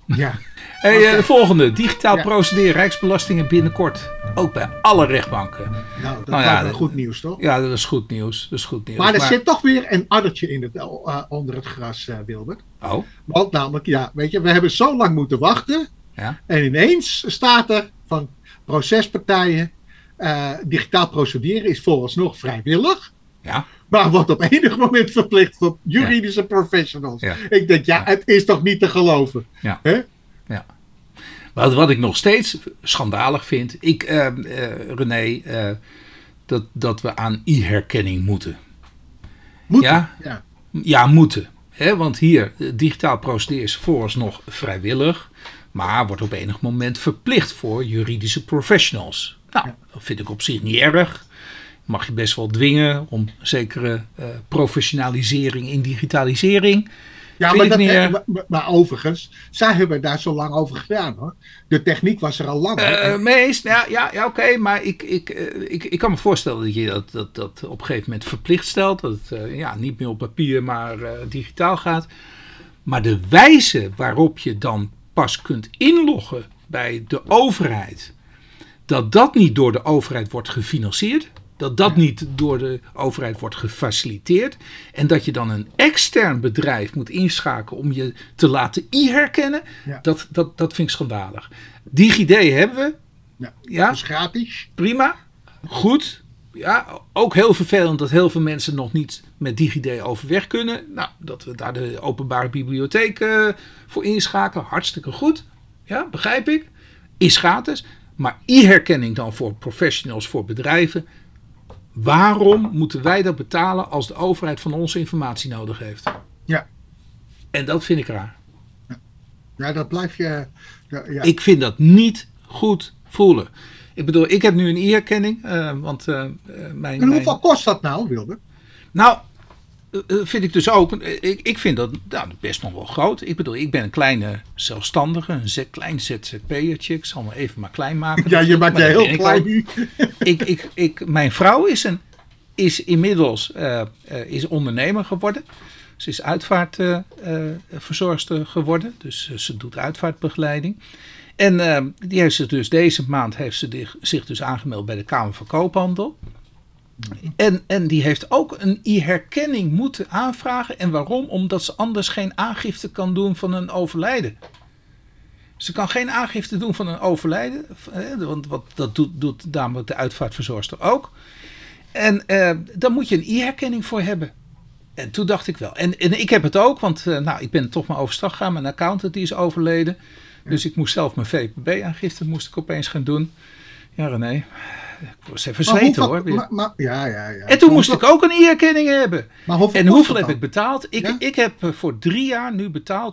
Ja.
Hey,
Okay.
De volgende. Digitaal
Ja.
procederen Rijksbelastingen binnenkort. Ook bij alle rechtbanken.
Nou, dat
Nou
is
ja,
wel goed nieuws, toch?
Ja, dat is goed nieuws. Dat is goed nieuws.
Maar er zit toch weer een addertje in het, uh, onder het gras, uh, Wilbert.
Oh,
Want namelijk, ja, weet je, we hebben zo lang moeten wachten.
ja.
En ineens staat er van procespartijen, uh, digitaal procederen is vooralsnog vrijwillig.
Ja.
Maar wordt op enig moment verplicht voor juridische ja. professionals.
Ja.
Ik denk, ja,
Ja.
het is toch niet te geloven.
Ja.
Hè?
Ja. Wat, wat ik nog steeds schandalig vind, ik, uh, uh, René, uh, dat, dat we aan e-herkenning moeten.
Moeten.
Ja,
ja.
ja moeten. Hè? Want hier, digitaal procederen is vooralsnog vrijwillig, maar wordt op enig moment verplicht voor juridische professionals. Nou, ja. dat vind ik op zich niet erg. Mag je best wel dwingen om zekere uh, professionalisering in digitalisering.
Ja, maar, dat, he, maar, maar overigens, zij hebben daar zo lang over gedaan, hoor. De techniek was er al lang.
Uh, meest, ja, ja, ja oké, okay, maar ik, ik, uh, ik, ik kan me voorstellen dat je dat, dat, dat op een gegeven moment verplicht stelt. Dat het uh, ja, niet meer op papier, maar uh, digitaal gaat. Maar de wijze waarop je dan pas kunt inloggen bij de overheid, dat dat niet door de overheid wordt gefinancierd. Dat dat niet door de overheid wordt gefaciliteerd. En dat je dan een extern bedrijf moet inschakelen om je te laten e-herkennen. Ja. Dat, dat, dat vind ik schandalig. DigiD hebben we.
Ja,
ja.
Dat is gratis.
Prima. Goed. Ja, ook heel vervelend dat heel veel mensen nog niet met DigiD overweg kunnen. Nou, dat we daar de openbare bibliotheek uh, voor inschakelen. Hartstikke goed. Ja, begrijp ik. Is gratis. Maar e-herkenning dan voor professionals, voor bedrijven. Waarom moeten wij dat betalen als de overheid van onze informatie nodig heeft?
Ja.
En dat vind ik raar.
Ja, ja dat blijf je... Ja, ja.
Ik vind dat niet goed voelen. Ik bedoel, ik heb nu een e-herkenning. Uh, want uh, mijn...
En hoeveel
mijn...
kost dat nou, Wilbert?
Nou, uh, vind ik dus ook... Uh, ik, ik vind dat nou, best nog wel groot. Ik bedoel, ik ben een kleine zelfstandige. Een z- klein Z Z P'ertje. Ik zal me even maar klein maken.
Ja, je maakt je heel klein nu.
ik, ik, ik, mijn vrouw is, een, is inmiddels uh, uh, is ondernemer geworden. Ze is uitvaartverzorgster uh, uh, geworden. Dus uh, ze doet uitvaartbegeleiding. En uh, die heeft zich dus deze maand heeft ze zich dus aangemeld bij de Kamer van Koophandel. En, en die heeft ook een e-herkenning moeten aanvragen. En waarom? Omdat ze anders geen aangifte kan doen van een overlijden. Ze kan geen aangifte doen van een overlijden. Want wat, dat doet, doet namelijk de uitvaartverzorgster ook. En uh, daar moet je een e-herkenning voor hebben. En toen dacht ik wel. En, en ik heb het ook, want uh, nou, ik ben toch maar overstag gegaan. Mijn accountant die is overleden. Dus ik moest zelf mijn V P B-aangifte moest ik opeens gaan doen. Ja, René. Ik was even zweten hoor.
Maar, maar, ja, ja, ja.
En toen moest ik ook een e-herkenning hebben.
Maar hoeveel
en hoeveel heb
dan?
ik betaald? Ik,
Ja?
ik heb voor drie jaar nu betaald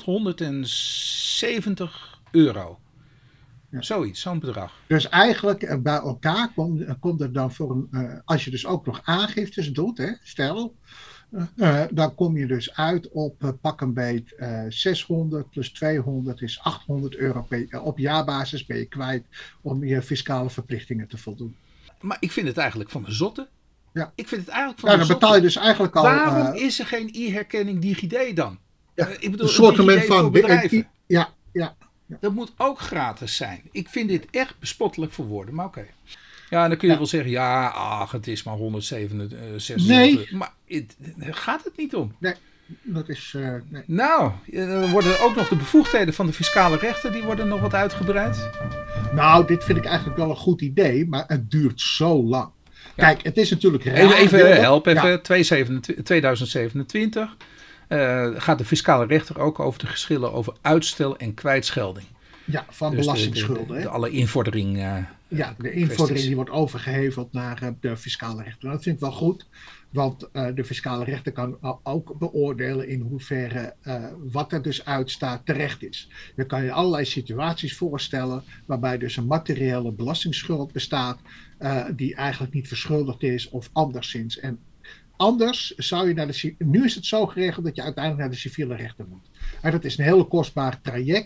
honderdzeventig euro. Ja. Zoiets, zo'n bedrag.
Dus eigenlijk bij elkaar komt, komt er dan voor een, uh, als je dus ook nog aangiftes doet, hè, stel, uh, dan kom je dus uit op uh, pak een beet uh, zeshonderd plus tweehonderd is achthonderd euro per, uh, op jaarbasis ben je kwijt om je fiscale verplichtingen te voldoen.
Maar ik vind het eigenlijk van de zotte.
Ja.
Ik vind het eigenlijk van
ja,
de
dan
zotte.
betaal je dus eigenlijk al...
Waarom
uh,
is er geen e-herkenning DigiD dan?
Ja,
uh, ik bedoel,
een soort
DigiD
van
voor bedrijven.
Ja, ja. Ja.
Dat moet ook gratis zijn. Ik vind dit echt bespottelijk voor woorden, maar oké. Okay. Ja, en dan kun je ja. wel zeggen, ja, ach, het is maar honderdzevenenzestig.
Nee.
Maar het, gaat het niet om.
Nee, dat is... Uh, nee.
Nou, dan worden ook nog de bevoegdheden van de fiscale rechter, die worden nog wat uitgebreid.
Nou, dit vind ik eigenlijk wel een goed idee, maar het duurt zo lang. Ja. Kijk, het is natuurlijk raar.
Even, even help, even, ja. tweeduizend zevenentwintig uh, gaat de fiscale rechter ook over de geschillen over uitstel en kwijtschelding.
Ja, van
dus
belastingsschulden.
De, de, de, de alle invordering. Uh,
ja, de invordering die wordt overgeheveld naar uh, de fiscale rechter. Dat vind ik wel goed, want uh, de fiscale rechter kan ook beoordelen in hoeverre uh, wat er dus uitstaat terecht is. Je kan je allerlei situaties voorstellen waarbij dus een materiële belastingsschuld bestaat uh, die eigenlijk niet verschuldigd is of anderszins. En anders zou je naar de... Nu is het zo geregeld dat je uiteindelijk naar de civiele rechter moet. En dat is een heel kostbaar traject.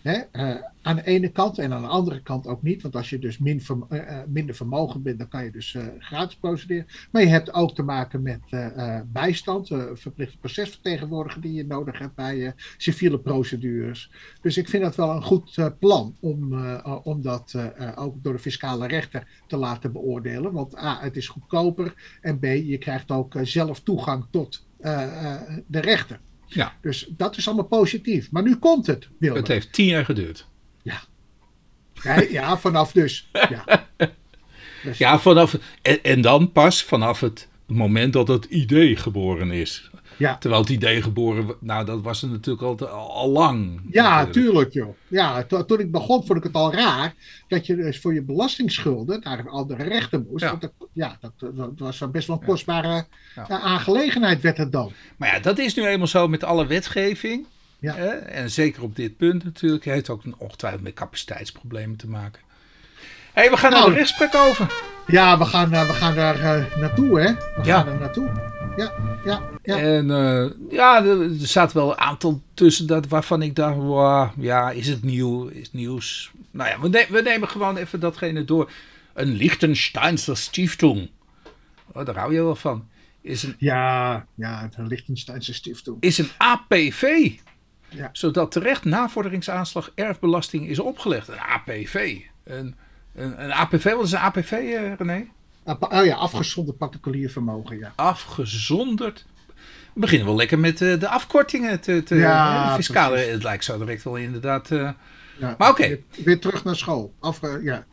Hè? Uh, aan de ene kant en aan de andere kant ook niet. Want als je dus min vermo- uh, minder vermogen bent, dan kan je dus uh, gratis procederen. Maar je hebt ook te maken met uh, uh, bijstand, uh, verplichte procesvertegenwoordiger die je nodig hebt bij uh, civiele procedures. Dus ik vind dat wel een goed uh, plan om, uh, uh, om dat uh, uh, ook door de fiscale rechter te laten beoordelen. Want A, het is goedkoper en B, je krijgt ook uh, zelf toegang tot uh, uh, de rechter.
Ja.
Dus dat is allemaal positief. Maar nu komt het, Wilmer.
Het heeft tien jaar geduurd.
Ja. Ja, ja vanaf dus. Ja, dus.
Ja vanaf, en, en dan pas vanaf het moment dat het idee geboren is.
Ja.
Terwijl het idee geboren, nou dat was er natuurlijk al, al, al lang.
Ja,
natuurlijk.
tuurlijk joh. Ja, to, toen ik begon vond ik het al raar dat je dus voor je belastingsschulden naar een andere rechter moest.
Ja.
Want dat, ja, dat, dat was best wel een kostbare
Ja.
ja. aangelegenheid werd het dan.
Maar ja, dat is nu eenmaal zo met alle wetgeving.
Ja.
Hè? En zeker op dit punt natuurlijk. Het heeft ook ongetwijfeld met capaciteitsproblemen te maken. Hé, hey, we gaan
nou,
naar de rechtspraak over.
Ja, we gaan, uh, we gaan daar uh, naartoe hè. We
Ja.
gaan er naartoe. Ja, ja, ja.
En uh, ja, er, er staat wel een aantal tussen dat, waarvan ik dacht, wow, ja, is het nieuw, is nieuws. Nou ja, we, ne- we nemen gewoon even datgene door. Een Liechtensteinse Stiftung. Oh, daar hou je wel van. Is een,
Ja, ja, de Liechtensteinse Stiftung.
is een A P V.
Ja.
Zodat terecht navorderingsaanslag erfbelasting is opgelegd. Een A P V. Een, een, een A P V, wat is een A P V, uh, René?
Oh ja, afgezonderd particulier vermogen, ja.
Afgezonderd. We beginnen wel lekker met uh, de afkortingen. Te, te,
Ja,
de fiscale,
precies.
het lijkt zo direct wel inderdaad. Uh,
Ja,
maar oké.
Okay. Weer, weer terug naar school. Af, uh, ja.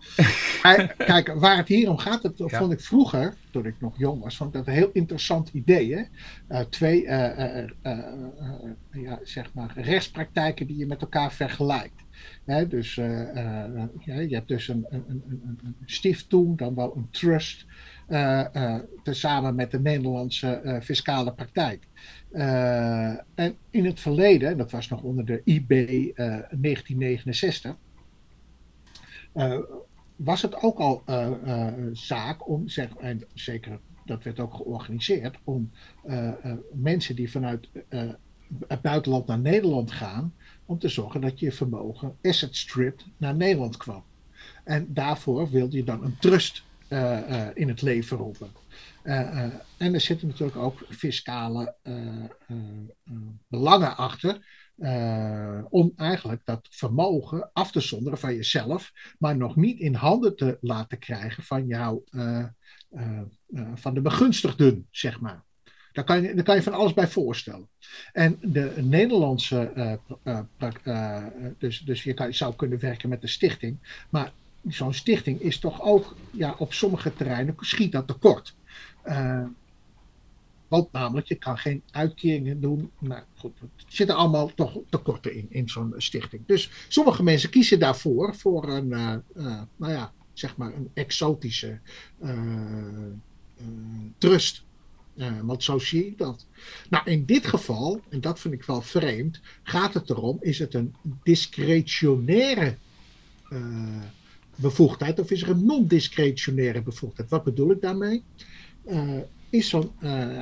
Kijk, waar het hier om gaat, dat ja. vond ik vroeger, toen ik nog jong was, vond ik dat een heel interessant idee. Hè? Uh, twee uh, uh, uh, uh, ja, zeg maar rechtspraktijken die je met elkaar vergelijkt. Hè? Dus uh, uh, ja, je hebt dus een, een, een, een, een stiftung, dan wel een trust, uh, uh, tezamen met de Nederlandse uh, fiscale praktijk. Uh, en in het verleden, dat was nog onder de I B uh, negentien negenenzestig, uh, was het ook al uh, uh, zaak om, zeg, en zeker dat werd ook georganiseerd, om uh, uh, mensen die vanuit uh, het buitenland naar Nederland gaan, om te zorgen dat je vermogen asset stripped naar Nederland kwam. En daarvoor wilde je dan een trust uh, uh, in het leven roepen. Uh, uh, en er zitten natuurlijk ook fiscale uh, uh, uh, belangen achter. Uh, om eigenlijk dat vermogen af te zonderen van jezelf, maar nog niet in handen te laten krijgen van jou, uh, uh, uh, van de begunstigden, zeg maar. Daar kan, je, daar kan je van alles bij voorstellen. En de Nederlandse, uh, uh, pra- uh, dus, dus je, kan, je zou kunnen werken met de stichting, maar zo'n stichting is toch ook, ja, op sommige terreinen schiet dat tekort. Uh, want namelijk, je kan geen uitkeringen doen. Nou, goed, er zitten allemaal toch tekorten in, in zo'n stichting. Dus sommige mensen kiezen daarvoor, voor een, uh, uh, nou ja, zeg maar een exotische uh, uh, trust. Uh, want zo zie ik dat. Nou, in dit geval, en dat vind ik wel vreemd, gaat het erom, is het een discretionaire uh, bevoegdheid of is er een non-discretionaire bevoegdheid? Wat bedoel ik daarmee? Uh, is, zo'n, uh,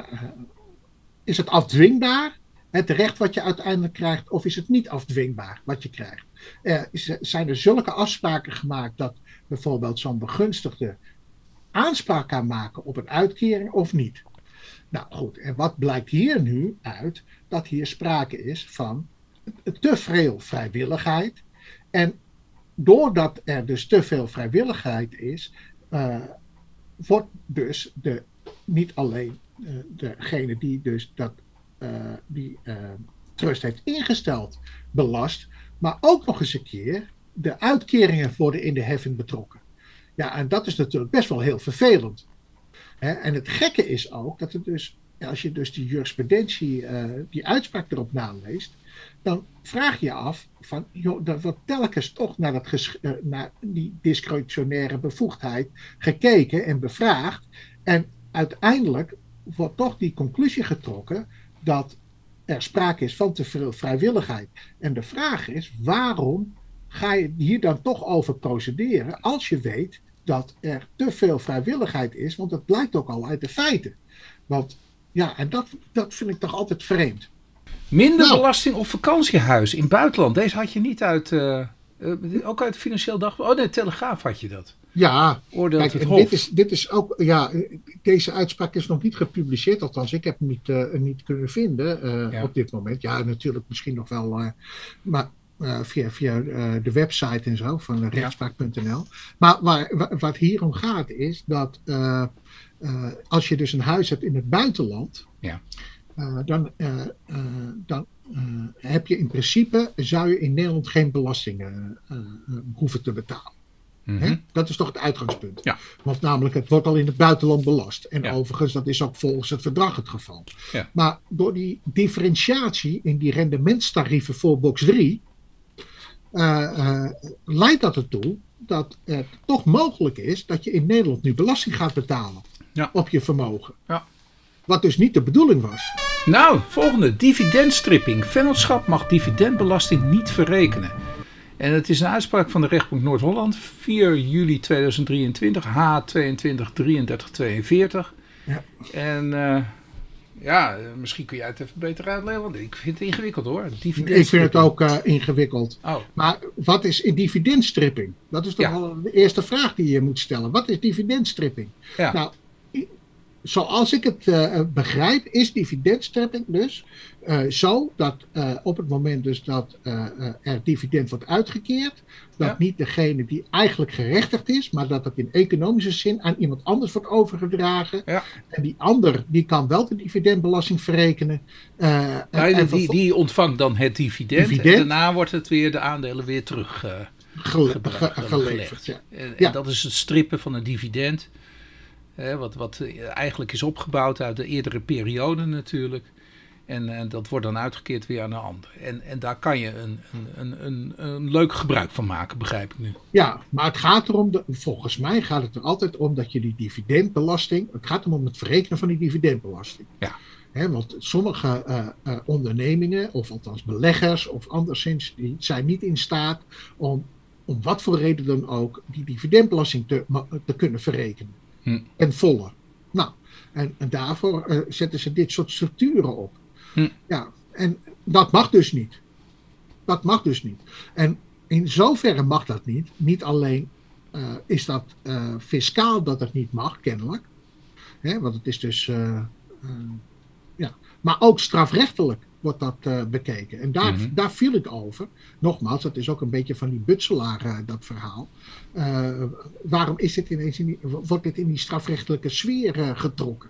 is het afdwingbaar, het recht wat je uiteindelijk krijgt, of is het niet afdwingbaar wat je krijgt? Uh, is, zijn er zulke afspraken gemaakt dat bijvoorbeeld zo'n begunstigde aanspraak kan maken op een uitkering of niet? Nou goed, en wat blijkt hier nu uit? Dat hier sprake is van te veel vrijwilligheid. En doordat er dus te veel vrijwilligheid is, uh, wordt dus de, niet alleen uh, degene die dus dat, uh, die uh, trust heeft ingesteld belast, maar ook nog eens een keer de uitkeringen worden in de heffing betrokken. Ja, en dat is natuurlijk best wel heel vervelend. Hè? En het gekke is ook dat het dus, als je dus die jurisprudentie, uh, die uitspraak erop naleest, dan vraag je je af van, joh, er wordt telkens toch naar, dat ges- uh, naar die discretionaire bevoegdheid gekeken en bevraagd. En uiteindelijk wordt toch die conclusie getrokken dat er sprake is van te veel vrijwilligheid. En de vraag is, waarom ga je hier dan toch over procederen als je weet dat er te veel vrijwilligheid is? Want dat blijkt ook al uit de feiten. Want ja, en dat, dat vind ik toch altijd vreemd.
Minder
Nou.
belasting op vakantiehuis in buitenland. Deze had je niet uit... Uh, uh, ook uit Financieel Dagblad. Oh nee, Telegraaf had je dat.
Ja,
Oordeelt
kijk,
het
en
Hof.
dit is, dit is ook, ja, deze uitspraak is nog niet gepubliceerd, althans ik heb hem niet, uh, niet kunnen vinden uh,
Ja.
op dit moment. Ja, natuurlijk misschien nog wel, uh, maar uh, via, via uh, de website en zo van rechtspraak punt n l. Maar waar, waar, wat hier om gaat is dat uh, uh, als je dus een huis hebt in het buitenland,
Ja.
uh, dan, uh, uh, dan uh, heb je in principe, zou je in Nederland geen belastingen uh, uh, hoeven te betalen.
Mm-hmm.
Hè? Dat is toch het uitgangspunt.
Ja.
Want namelijk, het wordt al in het buitenland belast. En
Ja.
overigens, dat is ook volgens het verdrag het geval.
Ja.
Maar door die differentiatie in die rendementstarieven voor box drie... Uh, uh, leidt dat ertoe dat het toch mogelijk is dat je in Nederland nu belasting gaat betalen
Ja.
op je vermogen.
Ja.
Wat dus niet de bedoeling was.
Nou, volgende. Dividendstripping. Vennootschap mag dividendbelasting niet verrekenen. En het is een uitspraak van de rechtbank Noord-Holland. vier juli tweeduizend drieëntwintig. H tweeëntwintig drieëndertig tweeënveertig.
Ja.
En uh, ja, misschien kun jij het even beter uitleggen. Want ik vind het ingewikkeld hoor.
Ik vind het ook uh, ingewikkeld.
Oh.
Maar wat is in dividendstripping? Dat is toch
Ja.
wel de eerste vraag die je moet stellen. Wat is dividendstripping?
Ja.
Nou, zoals ik het uh, begrijp, is dividendstripping dus uh, zo dat uh, op het moment dus dat uh, uh, er dividend wordt uitgekeerd, dat
Ja.
niet degene die eigenlijk gerechtigd is, maar dat het in economische zin aan iemand anders wordt overgedragen.
Ja.
En die ander, die kan wel de dividendbelasting verrekenen. Uh,
Nou,
en
die, die ontvangt dan het dividend,
dividend.
En daarna wordt het weer de aandelen weer terug uh,
gele-
gebruikt,
ge-
uh,
geleverd.
gelegd.
Ja.
En,
Ja.
en dat is het strippen van een dividend. Hè, wat, wat eigenlijk is opgebouwd uit de eerdere periode natuurlijk. En, en dat wordt dan uitgekeerd weer aan een ander. En, en daar kan je een, een, een, een leuk gebruik van maken, begrijp ik nu.
Ja, maar het gaat erom, de, volgens mij gaat het er altijd om dat je die dividendbelasting, het gaat om het verrekenen van die dividendbelasting.
Ja.
He, want sommige uh, uh, ondernemingen, of althans beleggers, of anderszins, die zijn niet in staat om, om wat voor reden dan ook, die dividendbelasting te, te kunnen verrekenen.
Hm.
En volle. Nou, en, en daarvoor uh, zetten ze dit soort structuren op.
Hm.
Ja, en dat mag dus niet. Dat mag dus niet. En in zoverre mag dat niet. Niet alleen uh, is dat uh, fiscaal dat het niet mag, kennelijk. Hè, want het is dus... Uh, uh, ja. Maar ook strafrechtelijk wordt dat uh, bekeken. En daar,
Mm-hmm.
daar viel ik over. Nogmaals, dat is ook een beetje van die butselaar, uh, dat verhaal. Uh, waarom is dit ineens in die, wordt dit in die strafrechtelijke sfeer uh, getrokken?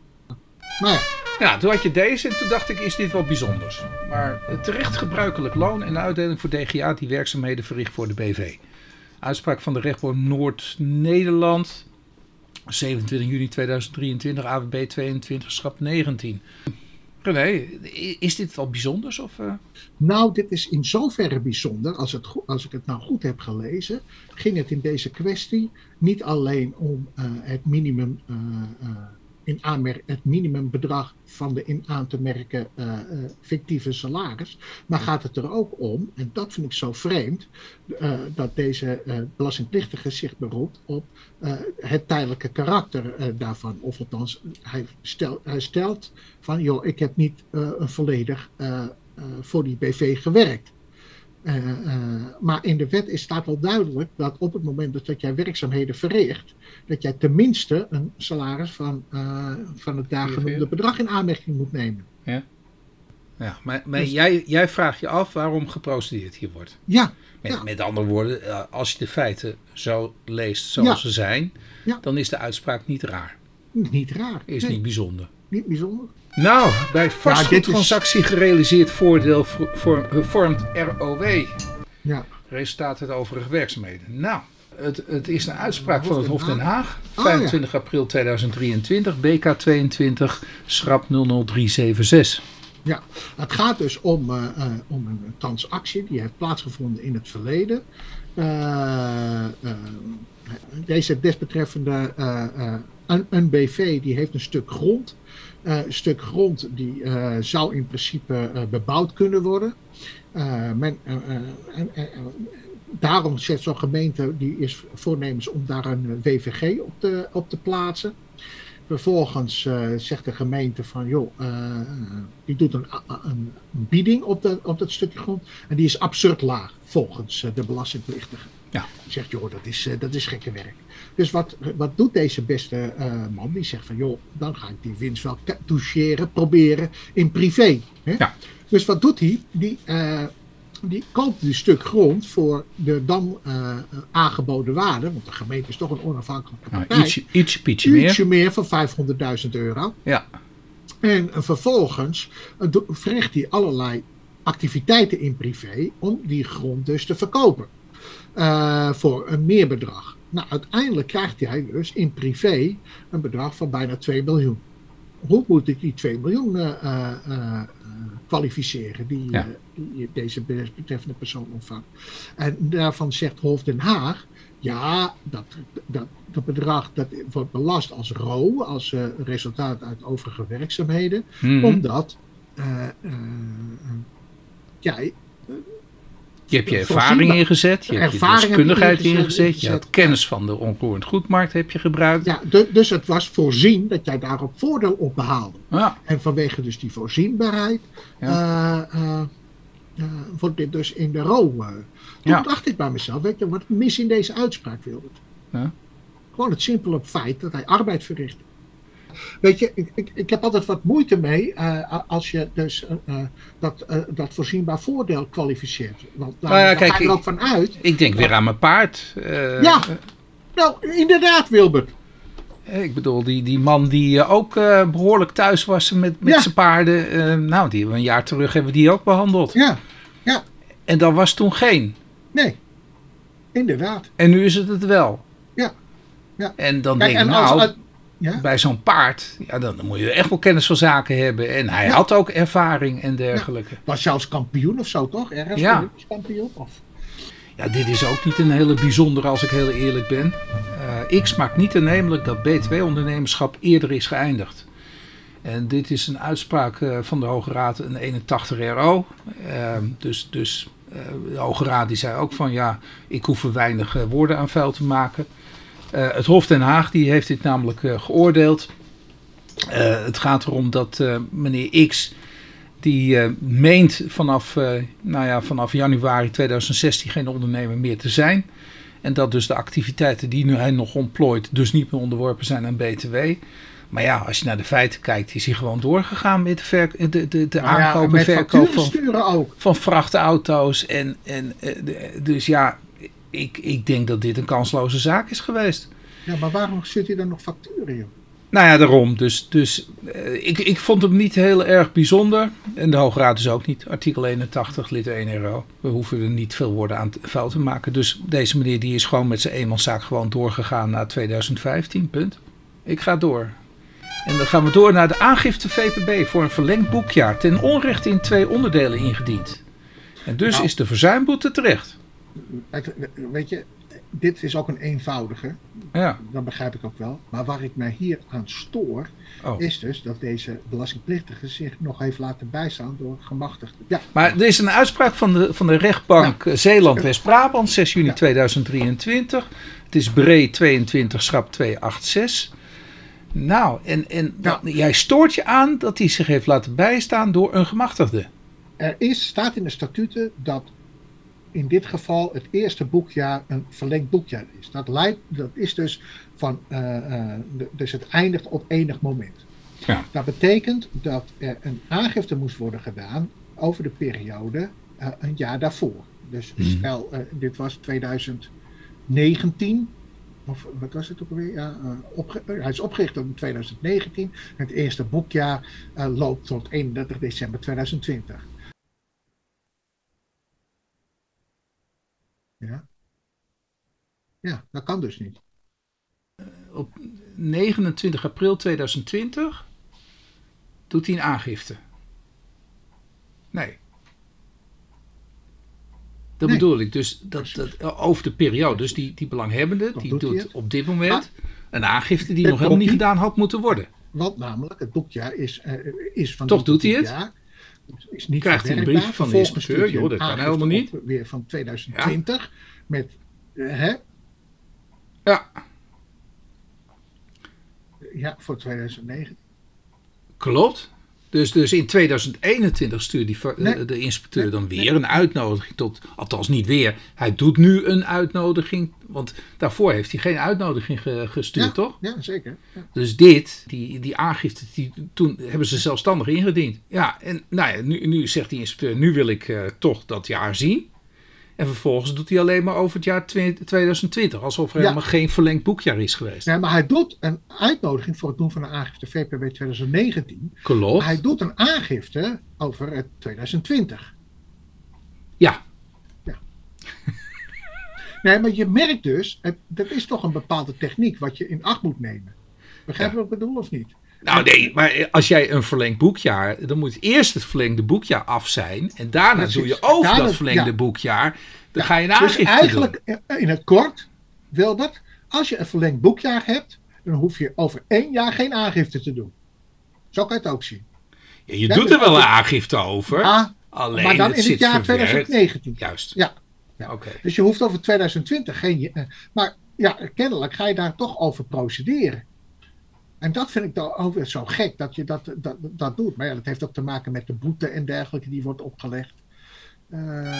Maar ja.
Ja, toen had je deze en toen dacht ik, is dit wel bijzonders. Maar het terecht gebruikelijk loon en de uitdeling voor D G A die werkzaamheden verricht voor de B V. Uitspraak van de rechtbank Noord-Nederland, zevenentwintig juni tweeduizend drieëntwintig, A W B tweeëntwintig, schap negentien. René, is dit wel bijzonders? Of, uh...
Nou, dit is in zoverre bijzonder, als, het go- als ik het nou goed heb gelezen, ging het in deze kwestie niet alleen om uh, het minimum... Uh, uh, in aanmer- het minimumbedrag van de in aan te merken uh, uh, fictieve salaris. Maar gaat het er ook om, en dat vind ik zo vreemd, uh, dat deze uh, belastingplichtige zich beroept op uh, het tijdelijke karakter uh, daarvan. Of althans, hij, stel, hij stelt van, joh, ik heb niet uh, volledig uh, uh, voor die B V gewerkt. Uh, uh, maar in de wet is, staat al duidelijk dat op het moment dat, dat jij werkzaamheden verricht, dat jij tenminste een salaris van, uh, van het daar genoemde bedrag in aanmerking moet nemen.
Ja, ja maar, maar
Dus-
jij, jij vraagt je af waarom geprocedeerd hier wordt.
Ja,
Met,
Ja.
met andere woorden, uh, als je de feiten zo leest zoals
Ja.
ze zijn,
Ja.
dan is de uitspraak niet raar.
niet raar.
Is
Nee,
niet bijzonder.
niet bijzonder.
Nou, bij
dit is-
vastgoedtransactie gerealiseerd voordeel vo- vorm- vormt R O W.
Ja.
Resultaat uit overige werkzaamheden. Nou, het, het is een uitspraak van het Hof Den Haag.
Oh,
vijfentwintig april tweeduizend drieëntwintig, B K tweeëntwintig, schrap nul nul drie zeven zes.
Ja, het gaat dus om, uh, uh, om een transactie die heeft plaatsgevonden in het verleden. Uh, uh, deze desbetreffende uh, uh, een, een B V die heeft een stuk grond. Uh, een stuk grond die uh, zou in principe uh, bebouwd kunnen worden. Uh, men, uh, uh, en, uh, daarom zet zo'n gemeente die is voornemens om daar een W V G op te, op te plaatsen. Vervolgens uh, zegt de gemeente van, joh, uh, die doet een, een bieding op, de, op dat stukje grond. En die is absurd laag, volgens uh, de belastingplichtige.
Ja.
Die zegt, joh, dat is, uh, dat is gekke werk. Dus wat, wat doet deze beste uh, man? Die zegt van, joh, dan ga ik die winst wel toucheren, proberen in privé. Hè? Ja. Dus wat doet hij? Die, uh, die koopt een stuk grond voor de dan uh, aangeboden waarde. Want de gemeente is toch een onafhankelijke partij.
Nou, ietsje, ietsje, ietsje meer.
Ietsje meer van vijfhonderdduizend euro.
Ja.
En uh, vervolgens uh, verricht hij allerlei activiteiten in privé om die grond dus te verkopen. Uh, voor een meerbedrag. Nou, uiteindelijk krijgt hij dus in privé een bedrag van bijna twee miljoen. Hoe moet ik die twee miljoen uh, uh, uh, kwalificeren die, ja. uh, die deze betreffende persoon ontvangt? En daarvan zegt Hof Den Haag, ja, dat, dat, dat bedrag dat wordt belast als R O, als uh, resultaat uit overige werkzaamheden, mm-hmm. omdat uh, uh, ja,
je hebt je ervaring ingezet, je hebt je deskundigheid ingezet, je had kennis van de onroerend goedmarkt heb je gebruikt.
Ja, de, dus het was voorzien dat jij daarop voordeel op behaalde.
Ja.
En vanwege dus die voorzienbaarheid ja. uh, uh, uh, wordt dit dus in de R O. Uh. Toen ja. dacht ik bij mezelf, weet je wat mis in deze uitspraak wilde?
Ja.
Gewoon het simpele feit dat hij arbeid verrichtte. Weet je, ik, ik, ik heb altijd wat moeite mee uh, als je dus uh, dat, uh, dat voorzienbaar voordeel kwalificeert. Want daar, nou ja, daar kijk, ga je er ook van uit.
Ik denk weer aan mijn paard. Uh,
ja, nou inderdaad Wilbert.
Ik bedoel, die, die man die uh, ook uh, behoorlijk thuis was met, met ja. zijn paarden. Uh, nou, die hebben we een jaar terug hebben we die ook behandeld.
Ja, ja.
En dat was toen geen.
Nee, inderdaad.
En nu is het het wel.
Ja. ja.
En dan
kijk,
denk ik,
en
nou...
Als, Ja?
Bij zo'n paard, ja, dan moet je echt wel kennis van zaken hebben. En hij ja. had ook ervaring en dergelijke.
Ja. Was zelfs kampioen of zo, toch? Ergens
ja.
kampioen? Of?
Ja, dit is ook niet een hele bijzondere als ik heel eerlijk ben. Uh, X maakt niet aannemelijk dat B twee ondernemerschap eerder is geëindigd. En dit is een uitspraak uh, van de Hoge Raad, een eenentachtig R O. Uh, dus dus uh, de Hoge Raad die zei ook van ja, ik hoef er weinig uh, woorden aan vuil te maken. Uh, het Hof Den Haag die heeft dit namelijk uh, geoordeeld. Uh, het gaat erom dat uh, meneer X, die uh, meent vanaf, uh, nou ja, vanaf januari tweeduizend zestien geen ondernemer meer te zijn. En dat dus de activiteiten die nu hij nog ontplooit dus niet meer onderworpen zijn aan B T W. Maar ja, als je naar de feiten kijkt, is hij gewoon doorgegaan met de, ver, de, de, de
nou ja,
aankoop en verkoop van,
ook.
van vrachtauto's. En, en, uh, de, dus ja... Ik, ik denk dat dit een kansloze zaak is geweest.
Ja, maar waarom zit hij dan nog facturen, joh?
Nou ja, daarom. Dus, dus uh, ik, ik vond hem niet heel erg bijzonder. En de Hoge Raad is ook niet. Artikel eenentachtig, lid één R O. We hoeven er niet veel woorden aan te, vuil te maken. Dus deze meneer die is gewoon met zijn eenmanszaak gewoon doorgegaan naar tweeduizend vijftien. Punt. Ik ga door. En dan gaan we door naar de aangifte V P B voor een verlengd boekjaar. Ten onrechte in twee onderdelen ingediend. En dus nou, is de verzuimboete terecht.
Weet je, dit is ook een eenvoudige.
Ja.
Dat begrijp ik ook wel. Maar waar ik mij hier aan stoor, oh. is dus dat deze belastingplichtige zich nog heeft laten bijstaan door gemachtigden. Ja.
Maar er is een uitspraak van de, van de rechtbank ja. Zeeland-West-Brabant, zes juni ja. tweeduizend drieëntwintig. Het is Bree tweeëntwintig, schrap tweehonderdzesentachtig. Nou, en, en ja. dan, jij stoort je aan dat hij zich heeft laten bijstaan door een gemachtigde.
Er is, staat in de statuten dat in dit geval het eerste boekjaar een verlengd boekjaar is. Dat, lijkt, dat is dus van, uh, uh, de, dus het eindigt op enig moment.
Ja.
Dat betekent dat er een aangifte moest worden gedaan over de periode uh, een jaar daarvoor. Dus hmm. stel, uh, dit was tweeduizend negentien, of wat was het ook alweer? Ja, uh, opge- uh, hij is opgericht in tweeduizend negentien. Het eerste boekjaar uh, loopt tot eenendertig december tweeduizend twintig. Ja. ja, dat kan dus niet.
Op negenentwintig april tweeduizend twintig doet hij een aangifte. Nee. Dat nee. bedoel ik. Dus dat, dat, over de periode. Dus die, die belanghebbende, die doet, doet op dit moment maar, een aangifte die nog helemaal niet gedaan had moeten worden.
Want namelijk, het boekjaar is, uh, is van
Toch doet hij het?
Jaar, is niet
krijgt hij een brief van de inspecteur. Joh, dat kan helemaal niet.
Op, weer van tweeduizend twintig. Ja. Met, uh, hè?
Ja.
Ja, voor twintig negentien.
Klopt. Dus, dus in tweeduizend eenentwintig stuurt die, nee. de inspecteur nee. dan weer nee. een uitnodiging tot... Althans niet weer. Hij doet nu een uitnodiging. Want daarvoor heeft hij geen uitnodiging ge, gestuurd,
ja,
toch?
Ja, zeker. Ja.
Dus dit, die, die aangifte, die, toen hebben ze zelfstandig ingediend. Ja, en nou ja, nu, nu zegt die inspecteur... Nu wil ik uh, toch dat jaar zien. En vervolgens doet hij alleen maar over het jaar tweeduizend twintig. Alsof er ja. helemaal geen verlengd boekjaar is geweest.
Ja, maar hij doet een uitnodiging voor het doen van een aangifte V P B twintig negentien.
Klopt.
Maar hij doet een aangifte over het tweeduizend twintig.
Ja.
ja. Nee, maar je merkt dus... Het, dat is toch een bepaalde techniek wat je in acht moet nemen. Begrijp je ja. wat ik bedoel of niet?
Nou nee, maar als jij een verlengd boekjaar... dan moet eerst het verlengde boekjaar af zijn... en daarna Precies. doe je over daarna, dat verlengde ja. boekjaar... dan ja. ga je een aangifte
dus eigenlijk,
doen.
In het kort, Wilbert... als je een verlengd boekjaar hebt... dan hoef je over één jaar geen aangifte te doen. Zo kan je het ook zien.
Ja, je ja, doet er wel een aangifte over... Ja, alleen
maar dan
het
in het jaar
verwerkt.
twintig negentien.
Juist.
Ja. ja.
Okay.
Dus je hoeft over tweeduizend twintig geen... Maar ja, kennelijk ga je daar toch over procederen. En dat vind ik dan ook weer zo gek dat je dat, dat, dat doet. Maar ja, dat heeft ook te maken met de boete en dergelijke die wordt opgelegd. Uh...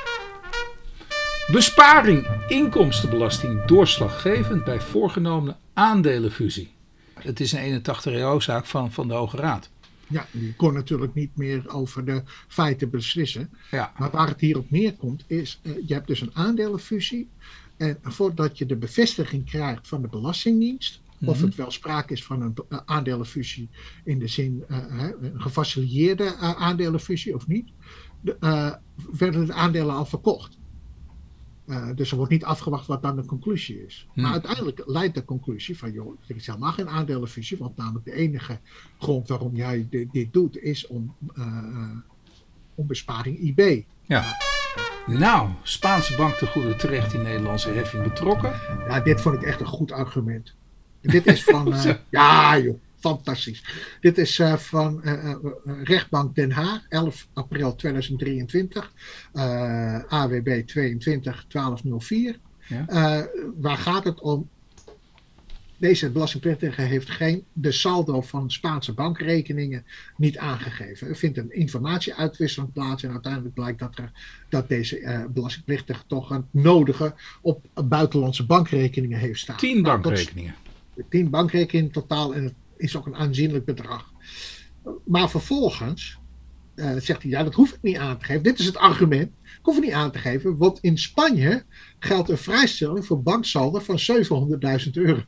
Besparing inkomstenbelasting doorslaggevend bij voorgenomen aandelenfusie. Het is een eenentachtig E O-zaak van, van de Hoge Raad.
Ja, die kon natuurlijk niet meer over de feiten beslissen.
Ja.
Maar waar het hier op neerkomt is, uh, je hebt dus een aandelenfusie. En voordat je de bevestiging krijgt van de Belastingdienst... of het wel sprake is van een uh, aandelenfusie in de zin, uh, een gefaciliteerde uh, aandelenfusie of niet, de, uh, werden de aandelen al verkocht. Uh, dus er wordt niet afgewacht wat dan de conclusie is. Hmm. Maar uiteindelijk leidt de conclusie van, joh, er is helemaal geen aandelenfusie, want namelijk de enige grond waarom jij dit, dit doet is om, uh, uh, om besparing I B.
Ja. Nou, Spaanse bank te goede terecht in Nederlandse heffing betrokken.
Ja, dit vond ik echt een goed argument. Dit is van, uh, ja joh, fantastisch. Dit is uh, van uh, uh, rechtbank Den Haag, elf april tweeduizend drieëntwintig, uh, A W B tweeëntwintig twaalf nul vier. Ja. Uh, waar gaat het om? Deze belastingplichtige heeft geen, de saldo van Spaanse bankrekeningen niet aangegeven. Er vindt een informatieuitwisseling plaats en uiteindelijk blijkt dat, er, dat deze uh, belastingplichtige toch een nodige op buitenlandse bankrekeningen heeft staan.
Tien bankrekeningen.
Tien bankrekeningen in totaal en het is ook een aanzienlijk bedrag. Maar vervolgens uh, zegt hij, ja, dat hoef ik niet aan te geven. Dit is het argument. Ik hoef het niet aan te geven, want in Spanje geldt een vrijstelling voor banksaldo van zevenhonderdduizend euro.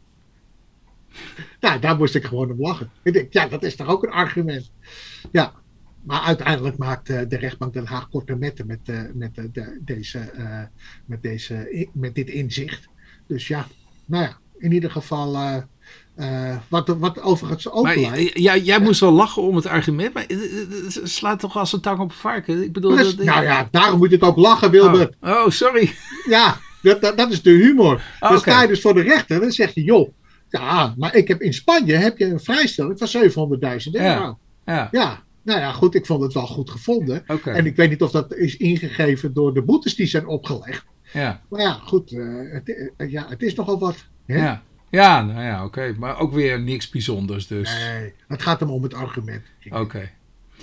Nou, daar moest ik gewoon om lachen. Ik denk, ja, dat is toch ook een argument. Ja, maar uiteindelijk maakt uh, de rechtbank Den Haag korte metten met, uh, met, uh, de, deze, uh, met, deze, met dit inzicht. Dus ja, nou ja, in ieder geval, uh, uh, wat, wat overigens ook lijkt.
Ja, jij moest wel lachen om het argument, maar het slaat toch als een tang op een varken? Ik bedoel,
dus,
dat,
nou ja, daarom moet je het ook lachen, Wilbert.
Oh, oh sorry.
Ja, dat, dat, dat is de humor.
Oh,
dan
okay.
sta je dus voor de rechter en dan zeg je, joh, ja, maar ik heb in Spanje heb je een vrijstelling van zevenhonderdduizend euro.
Ja, ja.
ja, nou ja, goed, ik vond het wel goed gevonden.
Okay.
En ik weet niet of dat is ingegeven door de boetes die zijn opgelegd.
Ja.
Maar ja, goed, uh, het, uh, ja, het is nogal wat. Hè?
Ja. Ja, nou ja, oké. Okay. Maar ook weer niks bijzonders dus.
Nee, het gaat hem om het argument.
Oké. Okay.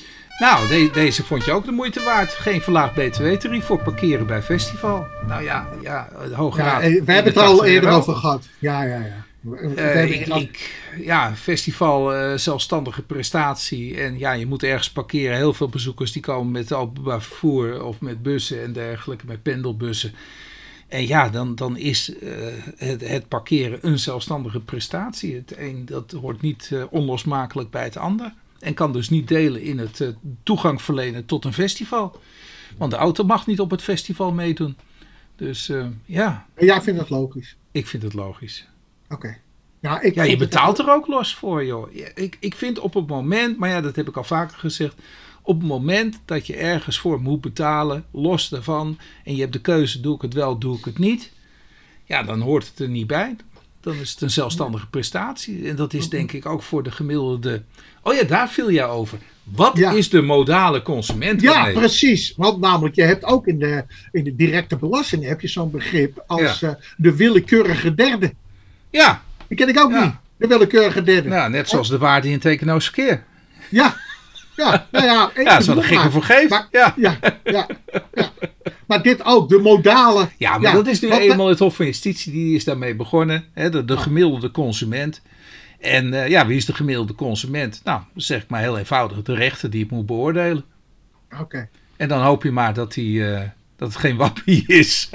Nou, de, deze vond je ook de moeite waard. Geen verlaagd B T W-tarief voor parkeren bij festival. Nou ja, ja de Hoge Raad.
Ja, we hebben het er al eerder over gehad. Ja, ja, ja.
Uh, ik, ik, ja, festival, uh, zelfstandige prestatie. En ja, je moet ergens parkeren. Heel veel bezoekers die komen met openbaar vervoer of met bussen en dergelijke, met pendelbussen. En ja, dan, dan is uh, het, het parkeren een zelfstandige prestatie. Het een dat hoort niet uh, onlosmakelijk bij het ander. En kan dus niet delen in het uh, toegang verlenen tot een festival. Want de auto mag niet op het festival meedoen. Dus uh, ja.
Jij vindt dat logisch?
Ik vind het logisch.
Oké. Okay. Ja, ik
ja, je betaalt er ook los voor, joh. Ik, ik vind op het moment, maar ja, dat heb ik al vaker gezegd. Op het moment dat je ergens voor moet betalen, los daarvan, en je hebt de keuze, doe ik het wel, doe ik het niet. Ja, dan hoort het er niet bij. Dan is het een zelfstandige prestatie. En dat is denk ik ook voor de gemiddelde... Oh ja, daar viel jij over. Wat ja. is de modale consument?
Ja,
mee?
Precies. Want namelijk, je hebt ook in de, in de directe belasting heb je zo'n begrip als ja. uh, de willekeurige derde.
Ja.
Die ken ik ook
ja.
niet. De willekeurige derde.
Nou, net zoals de waarde in het economisch verkeer.
Ja, ja, nou ja.
Ja, dat is wat een gekke voor geeft.
Maar,
Ja.
ja, ja, ja. Maar dit ook, de modale.
Ja, maar
ja,
dat is nu
wat-
eenmaal het Hof van Justitie, die is daarmee begonnen. Hè, de, de gemiddelde consument. En uh, ja, wie is de gemiddelde consument? Nou, dat zeg ik maar heel eenvoudig. De rechter die het moet beoordelen.
Oké. Okay.
En dan hoop je maar dat, die, uh, dat het geen wappie is.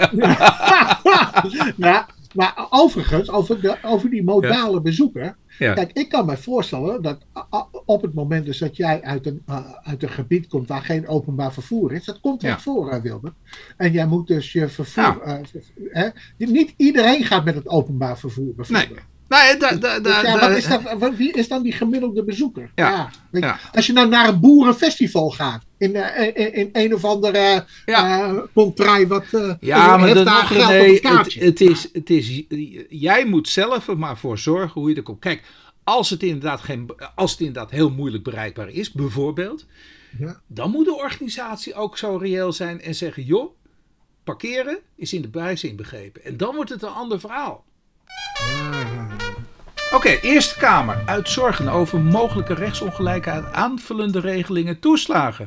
Ja, maar overigens, over, de, over die modale ja. bezoeker.
Ja.
Kijk, ik kan me voorstellen dat op het moment dus dat jij uit een, uh, uit een gebied komt waar geen openbaar vervoer is. Dat komt echt ja. voor, uh, Wilbert. En jij moet dus je vervoer... Ja. Uh, hè, niet iedereen gaat met het openbaar vervoer bijvoorbeeld.
Nee. Nee, da, da, da,
dus ja,
da,
wat is dat, wie is dan die gemiddelde bezoeker?
Ja.
Ja, weet je,
ja.
Als je nou naar een boerenfestival gaat, in, uh, in, in een of andere ja. uh, contrai wat... Uh,
ja, maar dat nog, nee, het, het, is, het is... Jij moet zelf er maar voor zorgen hoe je er komt. Kijk, als het inderdaad, geen, als het inderdaad heel moeilijk bereikbaar is, bijvoorbeeld... Ja. Dan moet de organisatie ook zo reëel zijn en zeggen... joh, parkeren is in de prijs inbegrepen. En dan wordt het een ander verhaal.
Ja, ja, ja.
Oké, okay, Eerste Kamer. Uitzorgen over mogelijke rechtsongelijkheid, aanvullende regelingen, toeslagen.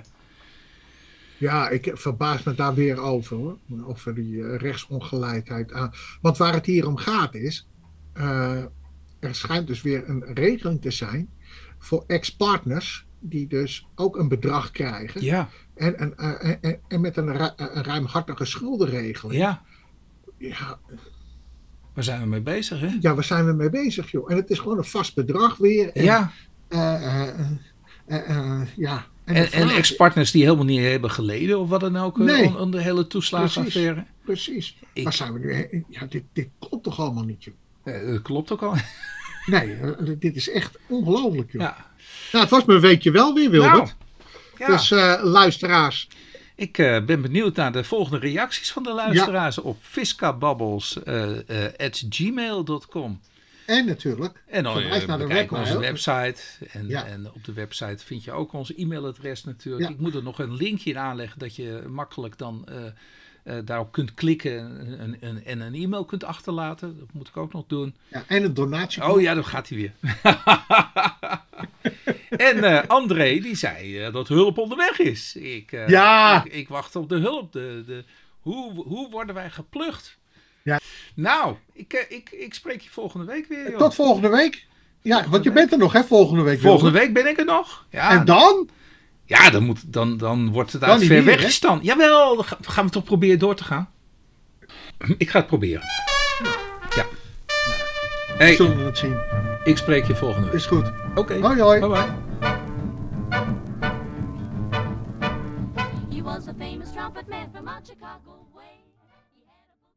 Ja, ik verbaas me daar weer over hoor. Over die uh, rechtsongelijkheid. Aan. Want waar het hier om gaat is... Uh, er schijnt dus weer een regeling te zijn... voor ex-partners... die dus ook een bedrag krijgen.
Ja.
En, en, uh, en, en met een, ru- een ruimhartige schuldenregeling.
Ja.
Ja...
Waar zijn we mee bezig, hè?
Ja, waar zijn we mee bezig, joh? En het is gewoon een vast bedrag weer. En,
ja.
Uh, uh, uh, uh, ja.
En, en, en ex-partners die helemaal niet hebben geleden of wat dan ook
nee.
onder de hele toeslagenaffaire.
Precies, precies. Ik... Waar zijn we nu? Ja, dit, dit klopt toch allemaal niet, joh?
Ja, dat klopt ook al.
Nee, uh, dit is echt ongelooflijk, joh.
Ja.
Nou, het was me een weekje wel weer, Wilbert.
Nou, ja.
Dus uh, luisteraars...
Ik uh, ben benieuwd naar de volgende reacties van de luisteraars ja. op fiscababbels at gmail dot com.
En natuurlijk,
en dan uh,
naar de
web, onze
ook.
website. En, ja. en op de website vind je ook onze e-mailadres natuurlijk. Ja. Ik moet er nog een linkje in aanleggen dat je makkelijk dan uh, uh, daarop kunt klikken en, en, en, en een e-mail kunt achterlaten. Dat moet ik ook nog doen.
Ja, en een donatie.
Oh ja, dan gaat hij weer. En uh, André die zei uh, dat hulp onderweg is. Ik, uh,
ja.
ik, ik wacht op de hulp. De, de, hoe, hoe worden wij geplucht?
Ja.
Nou, ik, uh, ik, ik spreek je volgende week weer. Joh.
Tot volgende week. Ja, volgende want je
week.
bent er nog, hè, volgende week.
Volgende week ben ik er nog. Ja,
en dan?
Ja, dan, moet, dan, dan wordt het uit ver weg gestaan. Jawel, dan gaan we toch proberen door te gaan. Ik ga het proberen. Ja.
Hey, zullen we het zien.
Ik spreek je volgende week.
Is goed.
Oké. Okay.
Hoi hoi.
Bye bye.
He was a famous trumpet man from out Chicago.